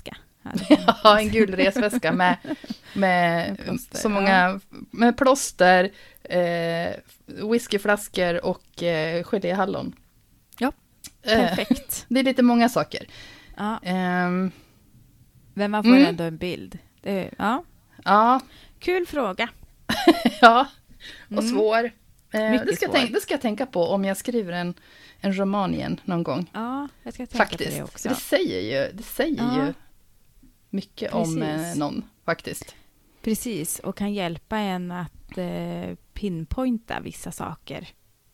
Ja, en gul resväska med plåster, så många med plåster, whiskyflaskor och geléhallon. Ja, perfekt. Det är lite många saker. Ja. Men man får ändå en bild. Ja. Kul fråga. Ja, och svår. Mycket svår. Det ska jag tänka på om jag skriver en roman igen någon gång. Ja, jag ska tänka faktiskt. på det också. Det säger ju mycket om någon, faktiskt. Precis, och kan hjälpa en att pinpointa vissa saker.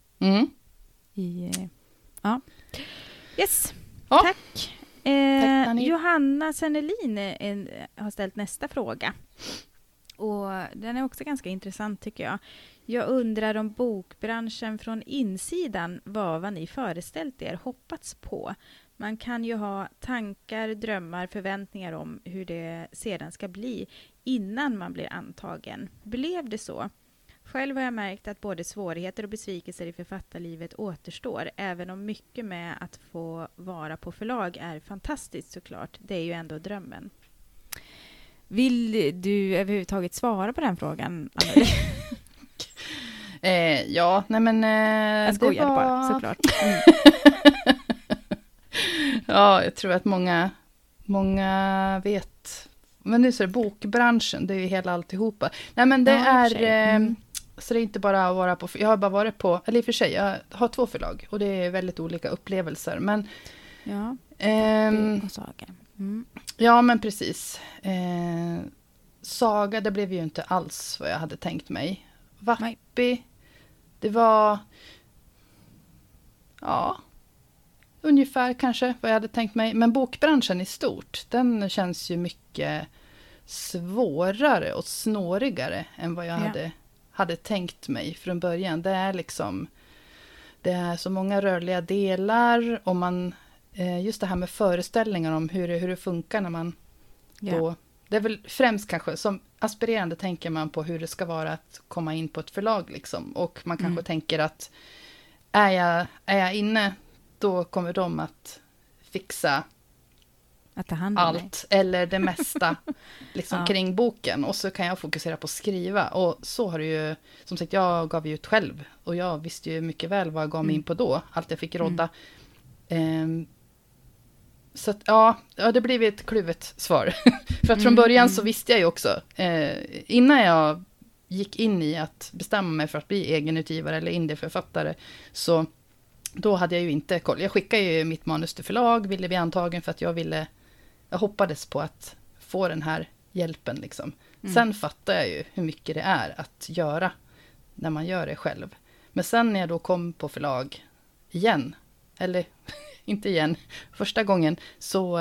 Yes, ja. Tack. Johanna Sennelin har ställt nästa fråga. Och den är också ganska intressant tycker jag. Jag undrar om bokbranschen från insidan var vad ni föreställt er hoppats på. Man kan ju ha tankar, drömmar, förväntningar om hur det sedan ska bli innan man blir antagen. Blev det så? Själv har jag märkt att både svårigheter och besvikelser i författarlivet återstår, även om mycket med att få vara på förlag är fantastiskt såklart. Det är ju ändå drömmen. Vill du överhuvudtaget svara på den frågan, Anneli? Ja, nej men... jag skojade bara, såklart. Ja, jag tror att många vet. Men nu så är det bokbranschen, det är ju hela alltihopa. Nej men det är... Så det är inte bara att vara på... Jag har bara varit på... Eller i och för sig, jag har 2 förlag. Och det är väldigt olika upplevelser. Men... Ja, och Saga. Ja, men precis. Saga, det blev ju inte alls vad jag hade tänkt mig. Vappi, det var... Ja, ungefär kanske vad jag hade tänkt mig. Men bokbranschen i stort, den känns ju mycket svårare och snårigare än vad jag hade tänkt mig från början. Det är så många rörliga delar och man... Just det här med föreställningar om hur det funkar när man då... Det är väl främst kanske som aspirerande tänker man på hur det ska vara att komma in på ett förlag liksom. Och man kanske tänker att är jag inne, då kommer de att fixa att ta hand om allt eller det mesta liksom kring boken. Och så kan jag fokusera på att skriva. Och så har det ju, som sagt, jag gav ju ut själv. Och jag visste ju mycket väl vad jag gav mig in på då. Allt jag fick rodda. Så att, det blev ett kluvet svar. För att från början så visste jag ju också, innan jag gick in i att bestämma mig för att bli egenutgivare eller indieförfattare, så då hade jag ju inte koll. Jag skickade ju mitt manus till förlag, ville bli antagen för att jag hoppades på att få den här hjälpen liksom. Sen fattar jag ju hur mycket det är att göra när man gör det själv. Men sen när jag då kom på förlag igen, eller inte igen, första gången, så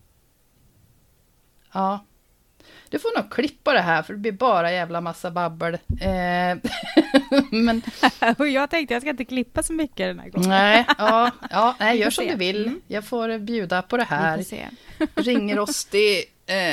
du får nog klippa det här för det blir bara jävla massa babbel. Men och jag tänkte jag ska inte klippa så mycket den här gången. Nej, gör som du vill. Jag får bjuda på det här. Ringrostig.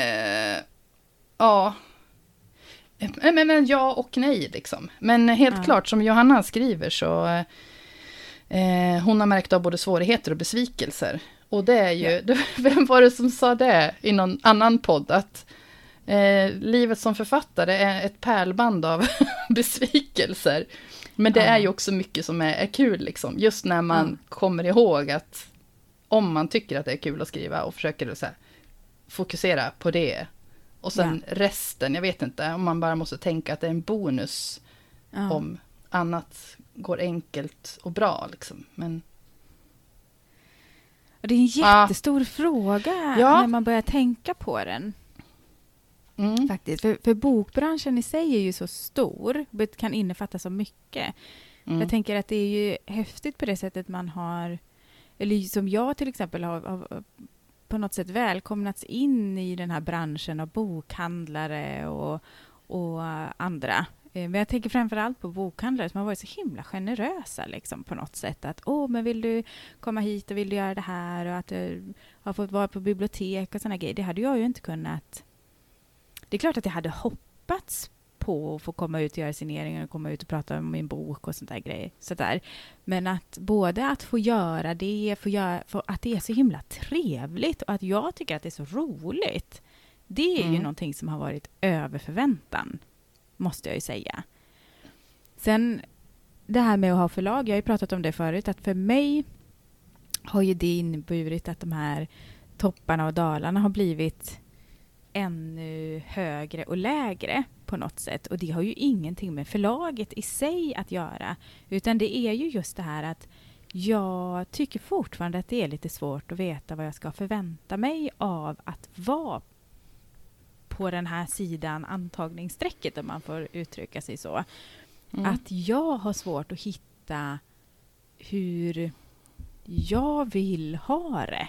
Men ja och nej liksom. Men helt klart som Johanna skriver så hon har märkt av både svårigheter och besvikelser. Och det är ju, vem var det som sa det i någon annan podd, att livet som författare är ett pärlband av besvikelser. Men det är ju också mycket som är kul liksom. Just när man kommer ihåg att om man tycker att det är kul att skriva och försöker så här, fokusera på det. Och sen resten, jag vet inte, om man bara måste tänka att det är en bonus om annat går enkelt och bra liksom. Men och det är en jättestor fråga när man börjar tänka på den. Faktiskt. För bokbranschen i sig är ju så stor. Det kan innefatta så mycket. Jag tänker att det är ju häftigt på det sättet man har, eller som jag till exempel har på något sätt välkomnats in i den här branschen av bokhandlare och andra. Men jag tänker framförallt på bokhandlare som har varit så himla generösa liksom, på något sätt. Att men vill du komma hit och vill du göra det här, och att du har fått vara på bibliotek och såna grejer. Det hade jag ju inte kunnat. Det är klart att jag hade hoppats på att få komma ut och göra signeringar och komma ut och prata om min bok och sånt där grejer. Sådär. Men att både att få göra det, för att det är så himla trevligt och att jag tycker att det är så roligt. Det är ju någonting som har varit över förväntan, måste jag ju säga. Sen det här med att ha förlag, jag har ju pratat om det förut, att för mig har ju det inneburit att de här topparna och dalarna har blivit ännu högre och lägre på något sätt. Och det har ju ingenting med förlaget i sig att göra, utan det är ju just det här att jag tycker fortfarande att det är lite svårt att veta vad jag ska förvänta mig av att vara på den här sidan antagningssträcket, om man får uttrycka sig så. Att jag har svårt att hitta hur jag vill ha det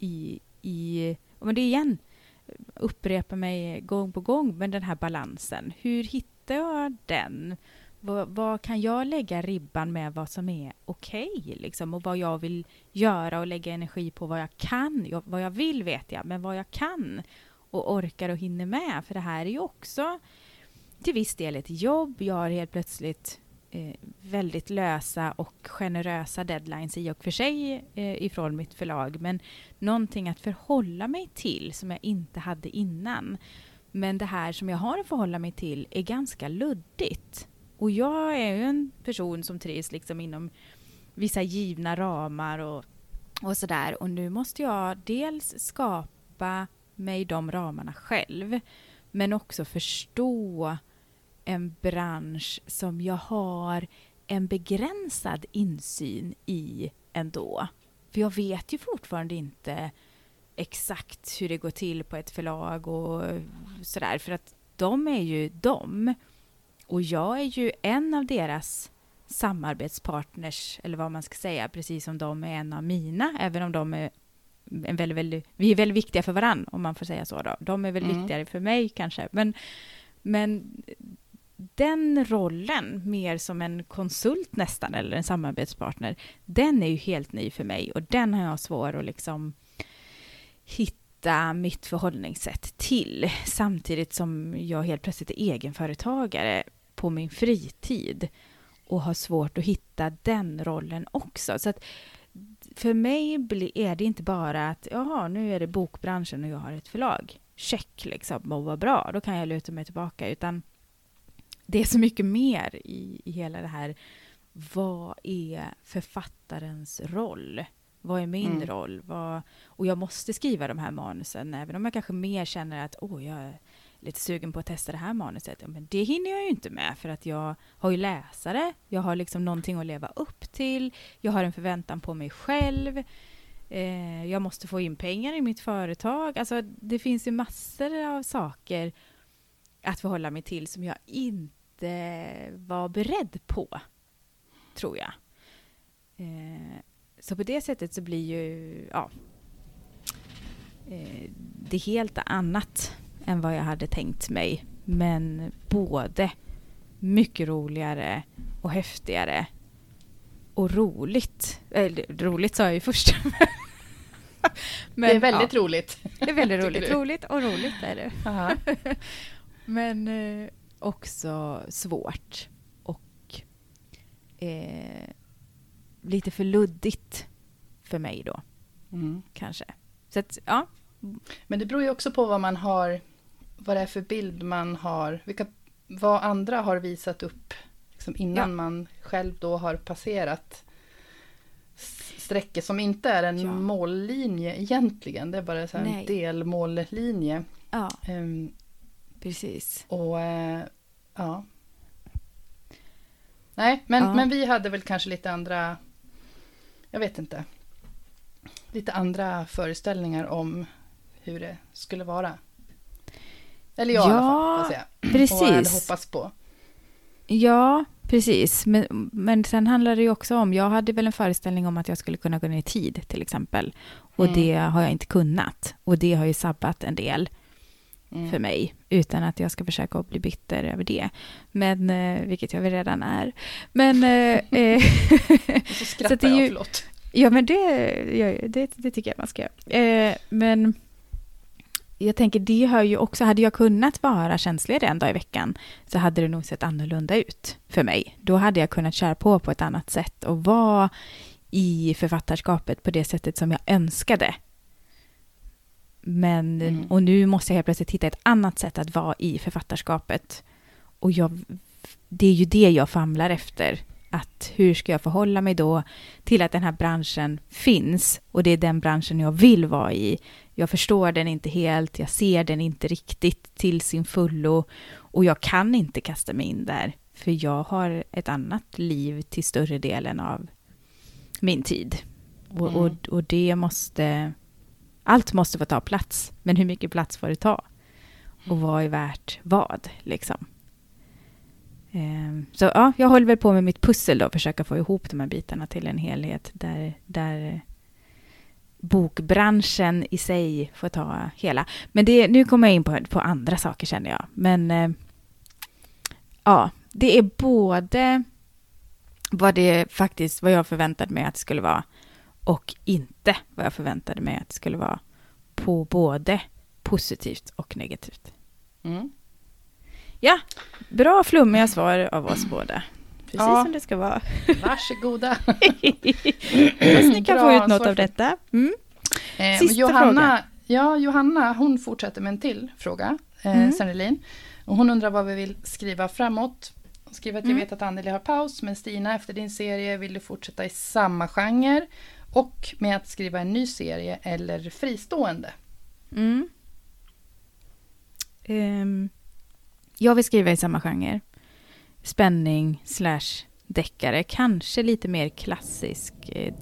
men det är igen, upprepa mig gång på gång, men den här balansen. Hur hittar jag den? Vad kan jag lägga ribban med vad som är okej, liksom, och vad jag vill göra och lägga energi på, vad jag kan. Vad jag vill vet jag, men vad jag kan och orkar och hinner med. För det här är ju också till viss del ett jobb. Jag har helt plötsligt väldigt lösa och generösa deadlines i och för sig ifrån mitt förlag. Men någonting att förhålla mig till som jag inte hade innan. Men det här som jag har att förhålla mig till är ganska luddigt. Och jag är ju en person som trivs liksom inom vissa givna ramar och sådär. Och nu måste jag dels skapa mig de ramarna själv, men också förstå en bransch som jag har en begränsad insyn i ändå. För jag vet ju fortfarande inte exakt hur det går till på ett förlag och sådär. För att de är ju de. Och jag är ju en av deras samarbetspartners, eller vad man ska säga, precis som de är en av mina, även om de är vi är väldigt viktiga för varann, om man får säga så då. De är väl viktigare för mig kanske, men den rollen, mer som en konsult nästan, eller en samarbetspartner, den är ju helt ny för mig, och den har jag svår att liksom hitta mitt förhållningssätt till, samtidigt som jag helt plötsligt är egenföretagare på min fritid och har svårt att hitta den rollen också. Så att för mig är det inte bara att nu är det bokbranschen och jag har ett förlag. Check liksom, och vad bra, då kan jag luta mig tillbaka. Utan det är så mycket mer i hela det här. Vad är författarens roll? Vad är min roll? Och jag måste skriva de här manusen, även om jag kanske mer känner att jag är lite sugen på att testa det här manuset. Men det hinner jag ju inte med, för att jag har ju läsare. Jag har liksom någonting att leva upp till. Jag har en förväntan på mig själv. Jag måste få in pengar i mitt företag. Alltså, det finns ju massor av saker att förhålla mig till som jag inte var beredd på, tror jag. Så på det sättet så blir ju det helt annat än vad jag hade tänkt mig. Men både mycket roligare och häftigare och roligt. Roligt sa jag ju först. Men, det är väldigt roligt. Det är väldigt roligt. Roligt och roligt är det. Men också svårt. Och lite för luddigt för mig då. Kanske. Så att, ja. Men det beror ju också på vad man har, vad det är för bild man har, vad andra har visat upp liksom innan man själv då har passerat sträckor som inte är en mållinje egentligen. Det är bara så här en delmållinje. Ja, precis. Och Nej, men vi hade väl kanske lite andra, jag vet inte, lite andra föreställningar om hur det skulle vara. Eller jag i alla fall, får säga. Precis. Och vad jag hade hoppats på. Ja, precis. Men sen handlar det ju också om, jag hade väl en föreställning om att jag skulle kunna gå ner i tid till exempel. Och det har jag inte kunnat. Och det har ju sabbat en del för mig, utan att jag ska försöka att bli bitter över det. Men, vilket jag väl redan är. Men... och så skrattar jag, förlåt. Ja, men det tycker jag man ska göra. Men jag tänker, det har ju också, hade jag kunnat vara känsligare en dag i veckan, så hade det nog sett annorlunda ut för mig. Då hade jag kunnat köra på ett annat sätt och vara i författarskapet på det sättet som jag önskade. Men, och nu måste jag helt plötsligt hitta ett annat sätt att vara i författarskapet. Och det är ju det jag famlar efter. Att hur ska jag förhålla mig då till att den här branschen finns? Och det är den branschen jag vill vara i. Jag förstår den inte helt, jag ser den inte riktigt till sin fullo. Och jag kan inte kasta mig in där. För jag har ett annat liv till större delen av min tid. Och det måste... Allt måste få ta plats. Men hur mycket plats får det ta? Och vad är värt vad, liksom? Så ja, jag håller väl på med mitt pussel då. Försöka få ihop de här bitarna till en helhet. Där bokbranschen i sig får ta hela. Men nu kommer jag in på andra saker, känner jag. Men ja, det är både vad jag förväntade mig att det skulle vara och inte vad jag förväntade mig att det skulle vara, på både positivt och negativt. Ja, bra flummiga svar av oss båda. Precis som det ska vara. Varsågoda. Hoppas ni kan få ut något av detta. Sista fråga. Ja, Johanna, hon fortsätter med en till fråga. Sennelin. Och hon undrar vad vi vill skriva framåt. Hon skriver att jag vet att Anneli har paus, men Stina, efter din serie vill du fortsätta i samma genre och med att skriva en ny serie eller fristående. Jag vill skriva i samma genre. Spänning / deckare. Kanske lite mer klassisk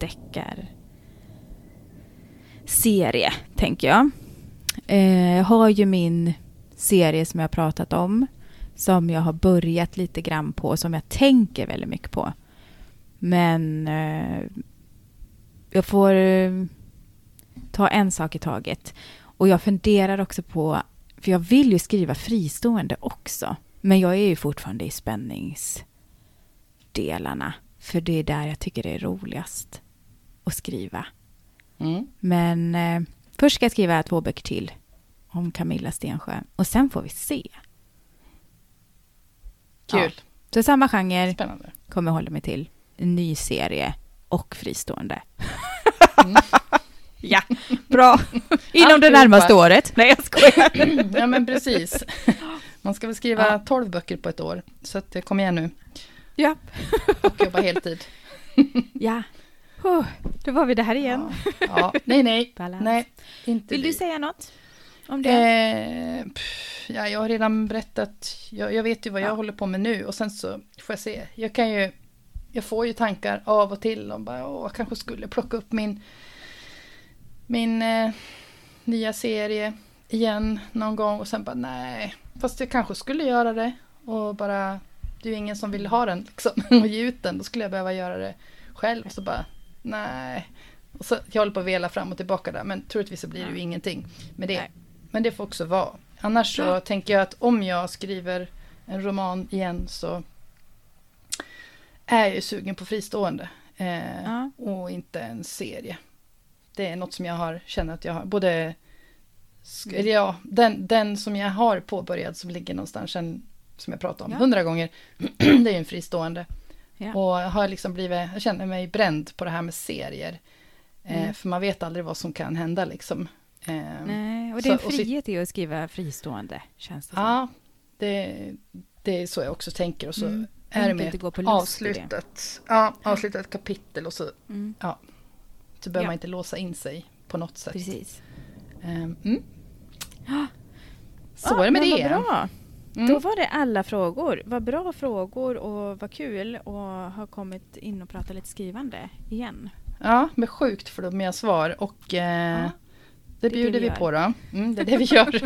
deckarserie, tänker jag. Jag har ju min serie som jag har pratat om. Som jag har börjat lite grann på. Som jag tänker väldigt mycket på. Men jag får ta en sak i taget. Och jag funderar också på... För jag vill ju skriva fristående också. Men jag är ju fortfarande i spänningsdelarna. För det är där jag tycker det är roligast att skriva. Men först ska jag skriva 2 böcker till om Camilla Stensjö. Och sen får vi se. Kul. Ja. Så samma genre. Spännande. Kommer hålla mig till. En ny serie och fristående. Ja, bra. Inom det närmaste året. Nej, jag skojar. Ja, men precis. Man ska väl skriva 12 böcker på ett år. Så att det kommer igen nu. Ja. Och jobba heltid. Ja. Då var vi det här igen. Ja. Nej. Balans. Nej, inte. Vill du säga något om det? Jag har redan berättat. Jag vet ju vad jag håller på med nu. Och sen så får jag se. Jag får ju tankar av och till om bara, jag kanske skulle plocka upp min nya serie igen någon gång och sen bara nej, fast jag kanske skulle göra det och bara, det är ju ingen som vill ha den liksom, och ge ut den, då skulle jag behöva göra det själv och så bara nej, och så jag håller på att vela fram och tillbaka där, men troligtvis så blir det ju ingenting med det, men det får också vara, annars så tänker jag att om jag skriver en roman igen så är jag ju sugen på fristående och inte en serie. Det är något som jag känner att jag har både den som jag har påbörjat som ligger någonstans som jag pratat om 100 gånger, det är en fristående. Och har liksom jag känner mig bränd på det här med serier. För man vet aldrig vad som kan hända liksom. Nej, och det är en frihet i att skriva fristående, känns det som. Ja, det är så jag också tänker och så är det med avslutat kapitel och så så behöver man inte låsa in sig på något sätt. Precis. Så är det med det. Vad bra. Då var det alla frågor. Vad bra frågor och vad kul att ha kommit in och prata lite skrivande igen. Ja, med sjukt flummiga svar och det bjuder vi på då. Det är det vi gör.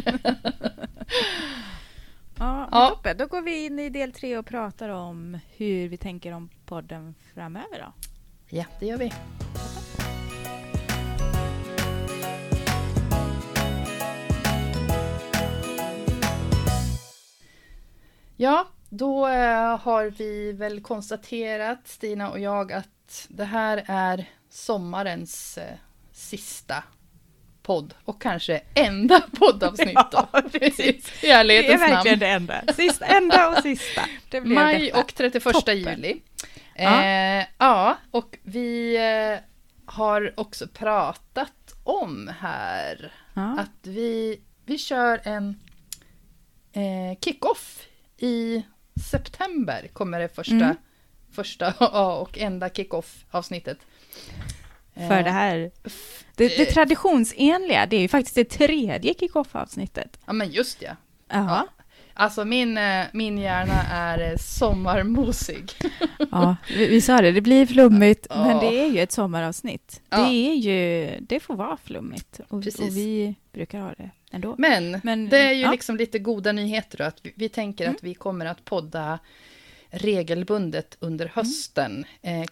Toppen. Då går vi in i del 3 och pratar om hur vi tänker om podden framöver då. Ja, det gör vi. Ja, då har vi väl konstaterat, Stina och jag, att det här är sommarens sista podd och kanske enda poddavsnitt då. Ja, precis. Det är verkligen det enda. Enda och sista. Det blev maj detta. Och 31 juli. Och vi har också pratat om här att vi kör en kick-off i september. Kommer det första och enda kick-off-avsnittet. För det här, det traditionsenliga, det är ju faktiskt det 3:e kick-off-avsnittet. Ja, men just det. Ja. Alltså min hjärna är sommarmosig. Ja, vi sa det blir flummigt, men det är ju ett sommaravsnitt. Det får vara flummigt och vi brukar ha det ändå. Men det är ju liksom lite goda nyheter då, att vi tänker att vi kommer att podda regelbundet under hösten.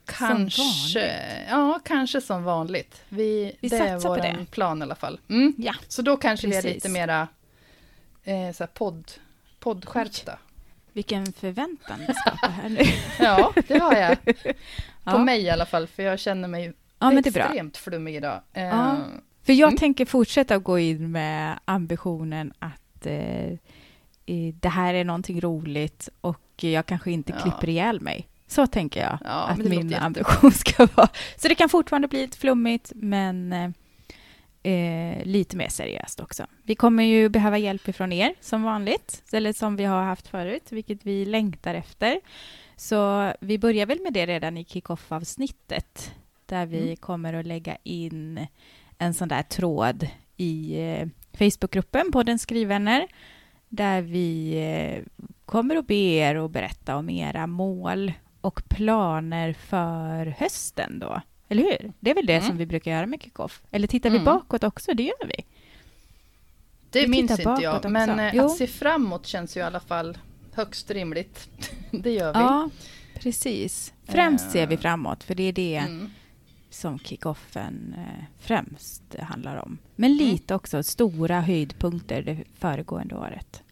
Kanske som vanligt. Vi det är vår plan i alla fall. Ja. Så då kanske vi är lite mera så här poddskärpta. Vilken förväntan vi skapar här nu. Ja, det har jag. På mig i alla fall, för jag känner mig extremt flummig idag. För jag tänker fortsätta gå in med ambitionen att det här är någonting roligt och jag kanske inte klipper ihjäl mig. Så tänker jag att min ambition ska vara. Så det kan fortfarande bli lite flummigt, men lite mer seriöst också. Vi kommer ju behöva hjälp ifrån er som vanligt, eller som vi har haft förut, vilket vi längtar efter. Så vi börjar väl med det redan i kick-off-avsnittet, där vi kommer att lägga in en sån där tråd i Facebookgruppen på den Skrivvänner, där vi kommer att be er att berätta om era mål och planer för hösten då. Eller hur? Det är väl det som vi brukar göra med kick-off. Eller tittar vi bakåt också? Det gör vi. Det minns inte jag. Också. Men att se framåt känns ju i alla fall högst rimligt. Det gör vi. Ja, precis. Främst ser vi framåt. För det är det som kick-offen främst handlar om. Men lite också stora höjdpunkter det föregående året.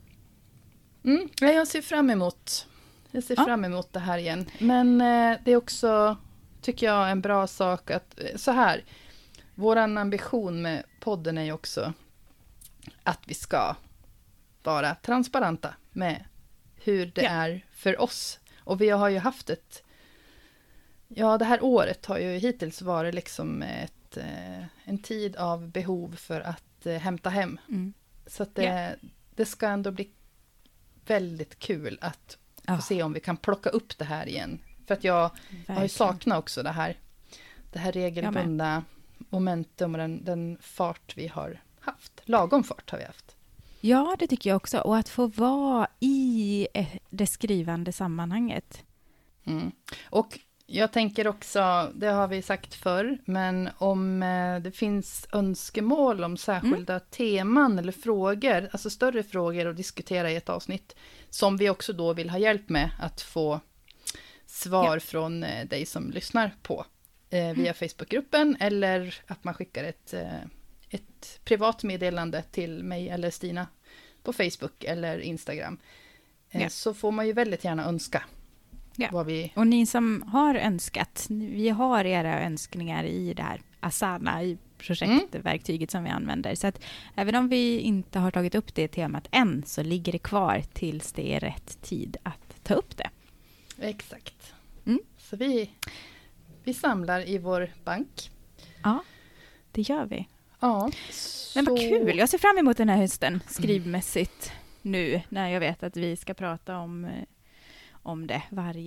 Jag ser fram emot. Fram emot det här igen. Men det är också, tycker jag, en bra sak att så här. Våran ambition med podden är ju också att vi ska vara transparenta med hur det är för oss. Och vi har ju haft det här året har ju hittills varit liksom en tid av behov för att hämta hem. Så att det ska ändå bli väldigt kul att få se om vi kan plocka upp det här igen. För att jag har ju saknat också det här regelbundna momentum och den fart vi har haft. Lagom fart har vi haft. Ja, det tycker jag också. Och att få vara i det skrivande sammanhanget. Och jag tänker också, det har vi sagt förr, men om det finns önskemål om särskilda teman eller frågor, alltså större frågor att diskutera i ett avsnitt, som vi också då vill ha hjälp med att få svar från dig som lyssnar på via Facebookgruppen, eller att man skickar ett privat meddelande till mig eller Stina på Facebook eller Instagram. Så får man ju väldigt gärna önska. Och ni som har önskat, vi har era önskningar i det här Asana, i projektverktyget som vi använder. Så att även om vi inte har tagit upp det temat än, så ligger det kvar tills det är rätt tid att ta upp det. Exakt. Så vi samlar i vår bank. Ja, det gör vi. Ja. Men vad kul, jag ser fram emot den här hösten skrivmässigt nu, när jag vet att vi ska prata om det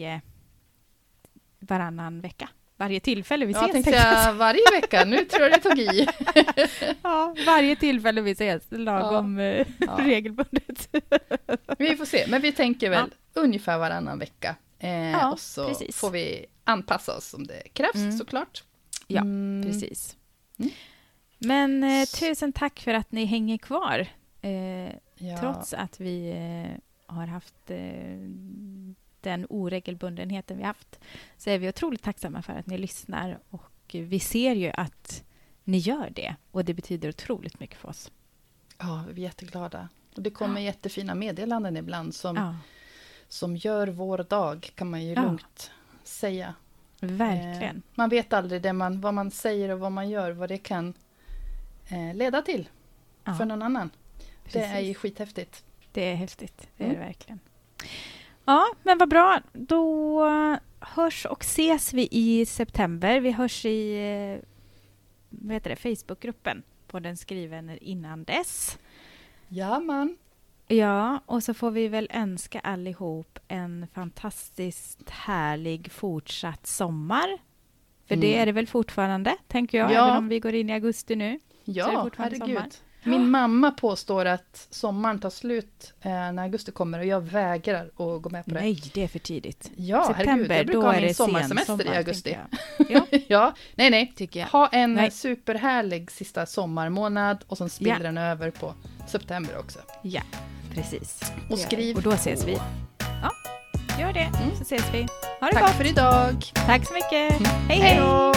varannan vecka. Varje tillfälle vi ses. Jag tänkte varje vecka. Nu tror jag det tog i. Varje tillfälle vi ses. Lagom regelbundet. Vi får se. Men vi tänker väl ungefär varannan vecka. Och så får vi anpassa oss om det krävs såklart. Ja, precis. Men tusen tack för att ni hänger kvar. Trots att vi har haft den oregelbundenheten vi haft, så är vi otroligt tacksamma för att ni lyssnar, och vi ser ju att ni gör det, och det betyder otroligt mycket för oss. Ja, vi är jätteglada. Och det kommer jättefina meddelanden ibland som gör vår dag, kan man ju lugnt säga. Verkligen. Man vet aldrig vad man säger och vad man gör, vad det kan leda till för någon annan. Precis. Det är ju skithäftigt. Det är häftigt, det är det verkligen. Ja, men vad bra. Då hörs och ses vi i september. Vi hörs i Facebookgruppen Sommarpodden Skrivvänner innan dess. Ja, man. Ja, och så får vi väl önska allihop en fantastiskt härlig fortsatt sommar. För det är det väl fortfarande, tänker jag, även om vi går in i augusti nu. Ja, herregud. Sommar. Min mamma påstår att sommaren tar slut när augusti kommer och jag vägrar att gå med på det. Nej, det är för tidigt. Ja, herregud. Jag brukar ha min sommarsemester i augusti. Ja. Ja, nej. Tycker jag. Ha en superhärlig sista sommarmånad och sen spiller den över på september också. Ja, precis. Och skriv. Och då ses vi. Ja, gör det. Så ses vi. Ha det Tack gott. för idag. Tack så mycket. Hej, hej då.